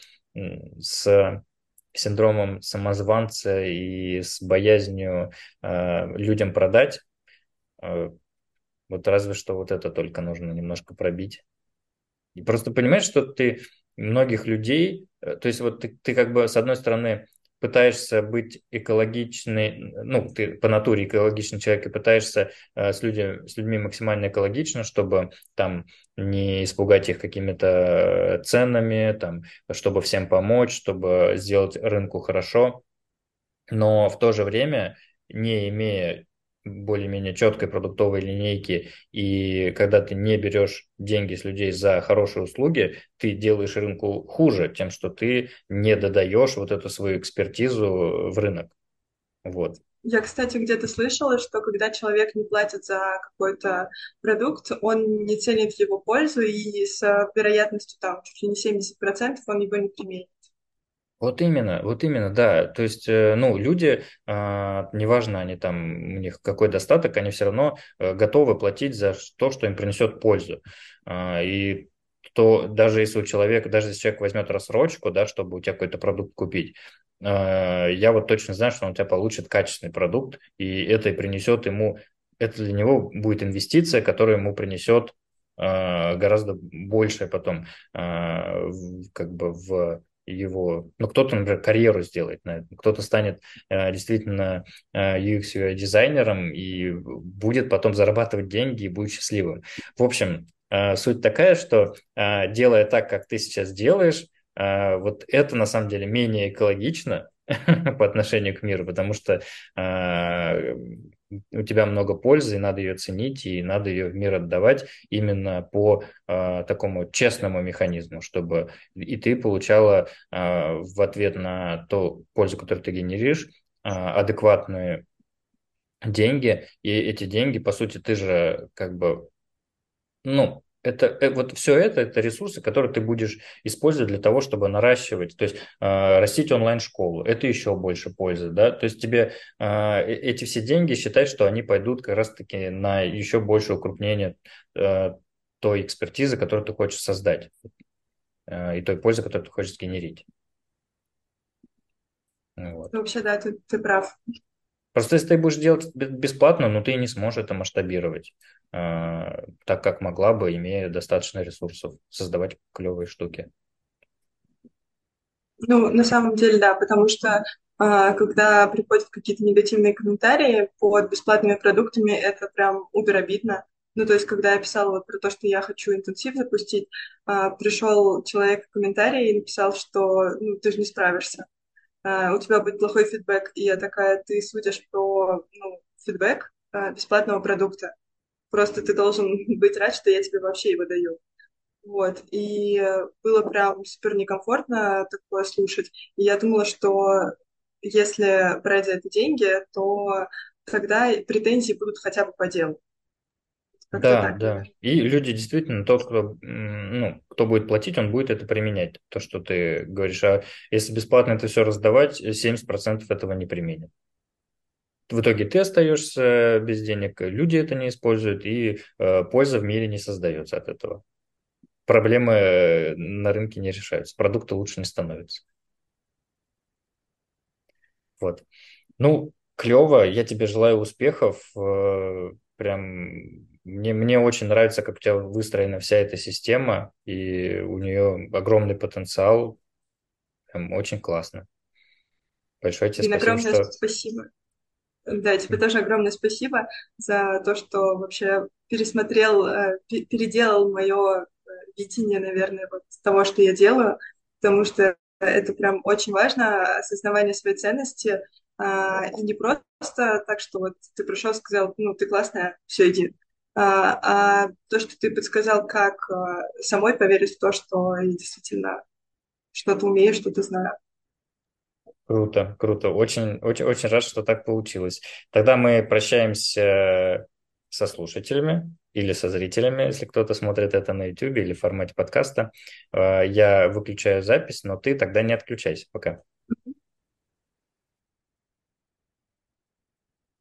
Speaker 1: с синдромом самозванца и с боязнью людям продать. Э, Вот разве что вот это только нужно немножко пробить. И просто понимаешь, что ты многих людей, то есть вот ты как бы с одной стороны пытаешься быть экологичной, ну, ты по натуре экологичный человек и пытаешься с людьми максимально экологично, чтобы там не испугать их какими-то ценами, там, чтобы всем помочь, чтобы сделать рынку хорошо, но в то же время, не имея более-менее четкой продуктовой линейки, и когда ты не берешь деньги с людей за хорошие услуги, ты делаешь рынку хуже тем, что ты не додаешь вот эту свою экспертизу в рынок. Вот.
Speaker 2: Я, кстати, где-то слышала, что когда человек не платит за какой-то продукт, он не ценит его пользу, и с вероятностью там чуть ли не 70% он его не применит.
Speaker 1: Вот именно, да. То есть, ну, люди, неважно, они там, у них какой достаток, они все равно готовы платить за то, что им принесет пользу. И то даже если у человека, даже если человек возьмет рассрочку, да, чтобы у тебя какой-то продукт купить, я вот точно знаю, что он у тебя получит качественный продукт, и это и принесет ему, это для него будет инвестиция, которая ему принесет гораздо большее потом, как бы в его, ну, кто-то, например, карьеру сделает на этом, кто-то станет действительно UX UI дизайнером и будет потом зарабатывать деньги и будет счастливым. В общем, суть такая, что делая так, как ты сейчас делаешь, вот это на самом деле менее экологично по отношению к миру, потому что у тебя много пользы, и надо ее ценить, и надо ее в мир отдавать именно по такому честному механизму, чтобы и ты получала в ответ на ту пользу, которую ты генеришь, адекватные деньги, и эти деньги, по сути, ты же как бы, ну, вот все это ресурсы, которые ты будешь использовать для того, чтобы наращивать, то есть растить онлайн-школу, это еще больше пользы, да, то есть тебе эти все деньги, считай, что они пойдут как раз-таки на еще большее укрупнение той экспертизы, которую ты хочешь создать, и той пользы, которую ты хочешь сгенерить. Вот.
Speaker 2: Вообще, да, ты прав.
Speaker 1: Просто если ты будешь делать бесплатно, ну ты не сможешь это масштабировать, так как могла бы, имея достаточно ресурсов, создавать клевые штуки.
Speaker 2: Ну, на самом деле, да, потому что когда приходят какие-то негативные комментарии под бесплатными продуктами, это прям убер обидно. Ну, то есть, когда я писала вот про то, что я хочу интенсив запустить, пришел человек в комментарии и написал, что ну, ты же не справишься, у тебя будет плохой фидбэк. И я такая, ты судишь про ну, фидбэк бесплатного продукта. Просто ты должен быть рад, что я тебе вообще его даю. Вот, и было прям супер некомфортно такое слушать. И я думала, что если брать за это деньги, то тогда претензии будут хотя бы по делу. Как-то
Speaker 1: Да,
Speaker 2: так,
Speaker 1: да.
Speaker 2: наверное.
Speaker 1: И люди действительно, тот, кто, ну, кто будет платить, он будет это применять, то, что ты говоришь. А если бесплатно это все раздавать, 70% этого не применят. В итоге ты остаешься без денег, люди это не используют, и польза в мире не создается от этого. Проблемы на рынке не решаются, продукты лучше не становятся. Вот. Ну, клево, я тебе желаю успехов. Прям мне очень нравится, как у тебя выстроена вся эта система, и у нее огромный потенциал. Прям очень классно. Большое тебе
Speaker 2: Блин,
Speaker 1: спасибо,
Speaker 2: огромное
Speaker 1: что...
Speaker 2: спасибо. Да, тебе тоже огромное спасибо за то, что вообще пересмотрел, переделал мое видение, наверное, вот того, что я делаю, потому что это прям очень важно, осознавание своей ценности, и не просто так, что вот ты пришел, сказал, ну, ты классная, все, иди, а то, что ты подсказал, как самой поверить в то, что я действительно что-то умею, что-то знаю.
Speaker 1: Круто, круто. Очень, очень, очень рад, что так получилось. Тогда мы прощаемся со слушателями или со зрителями, если кто-то смотрит это на YouTube или в формате подкаста. Я выключаю запись, но ты тогда не отключайся пока.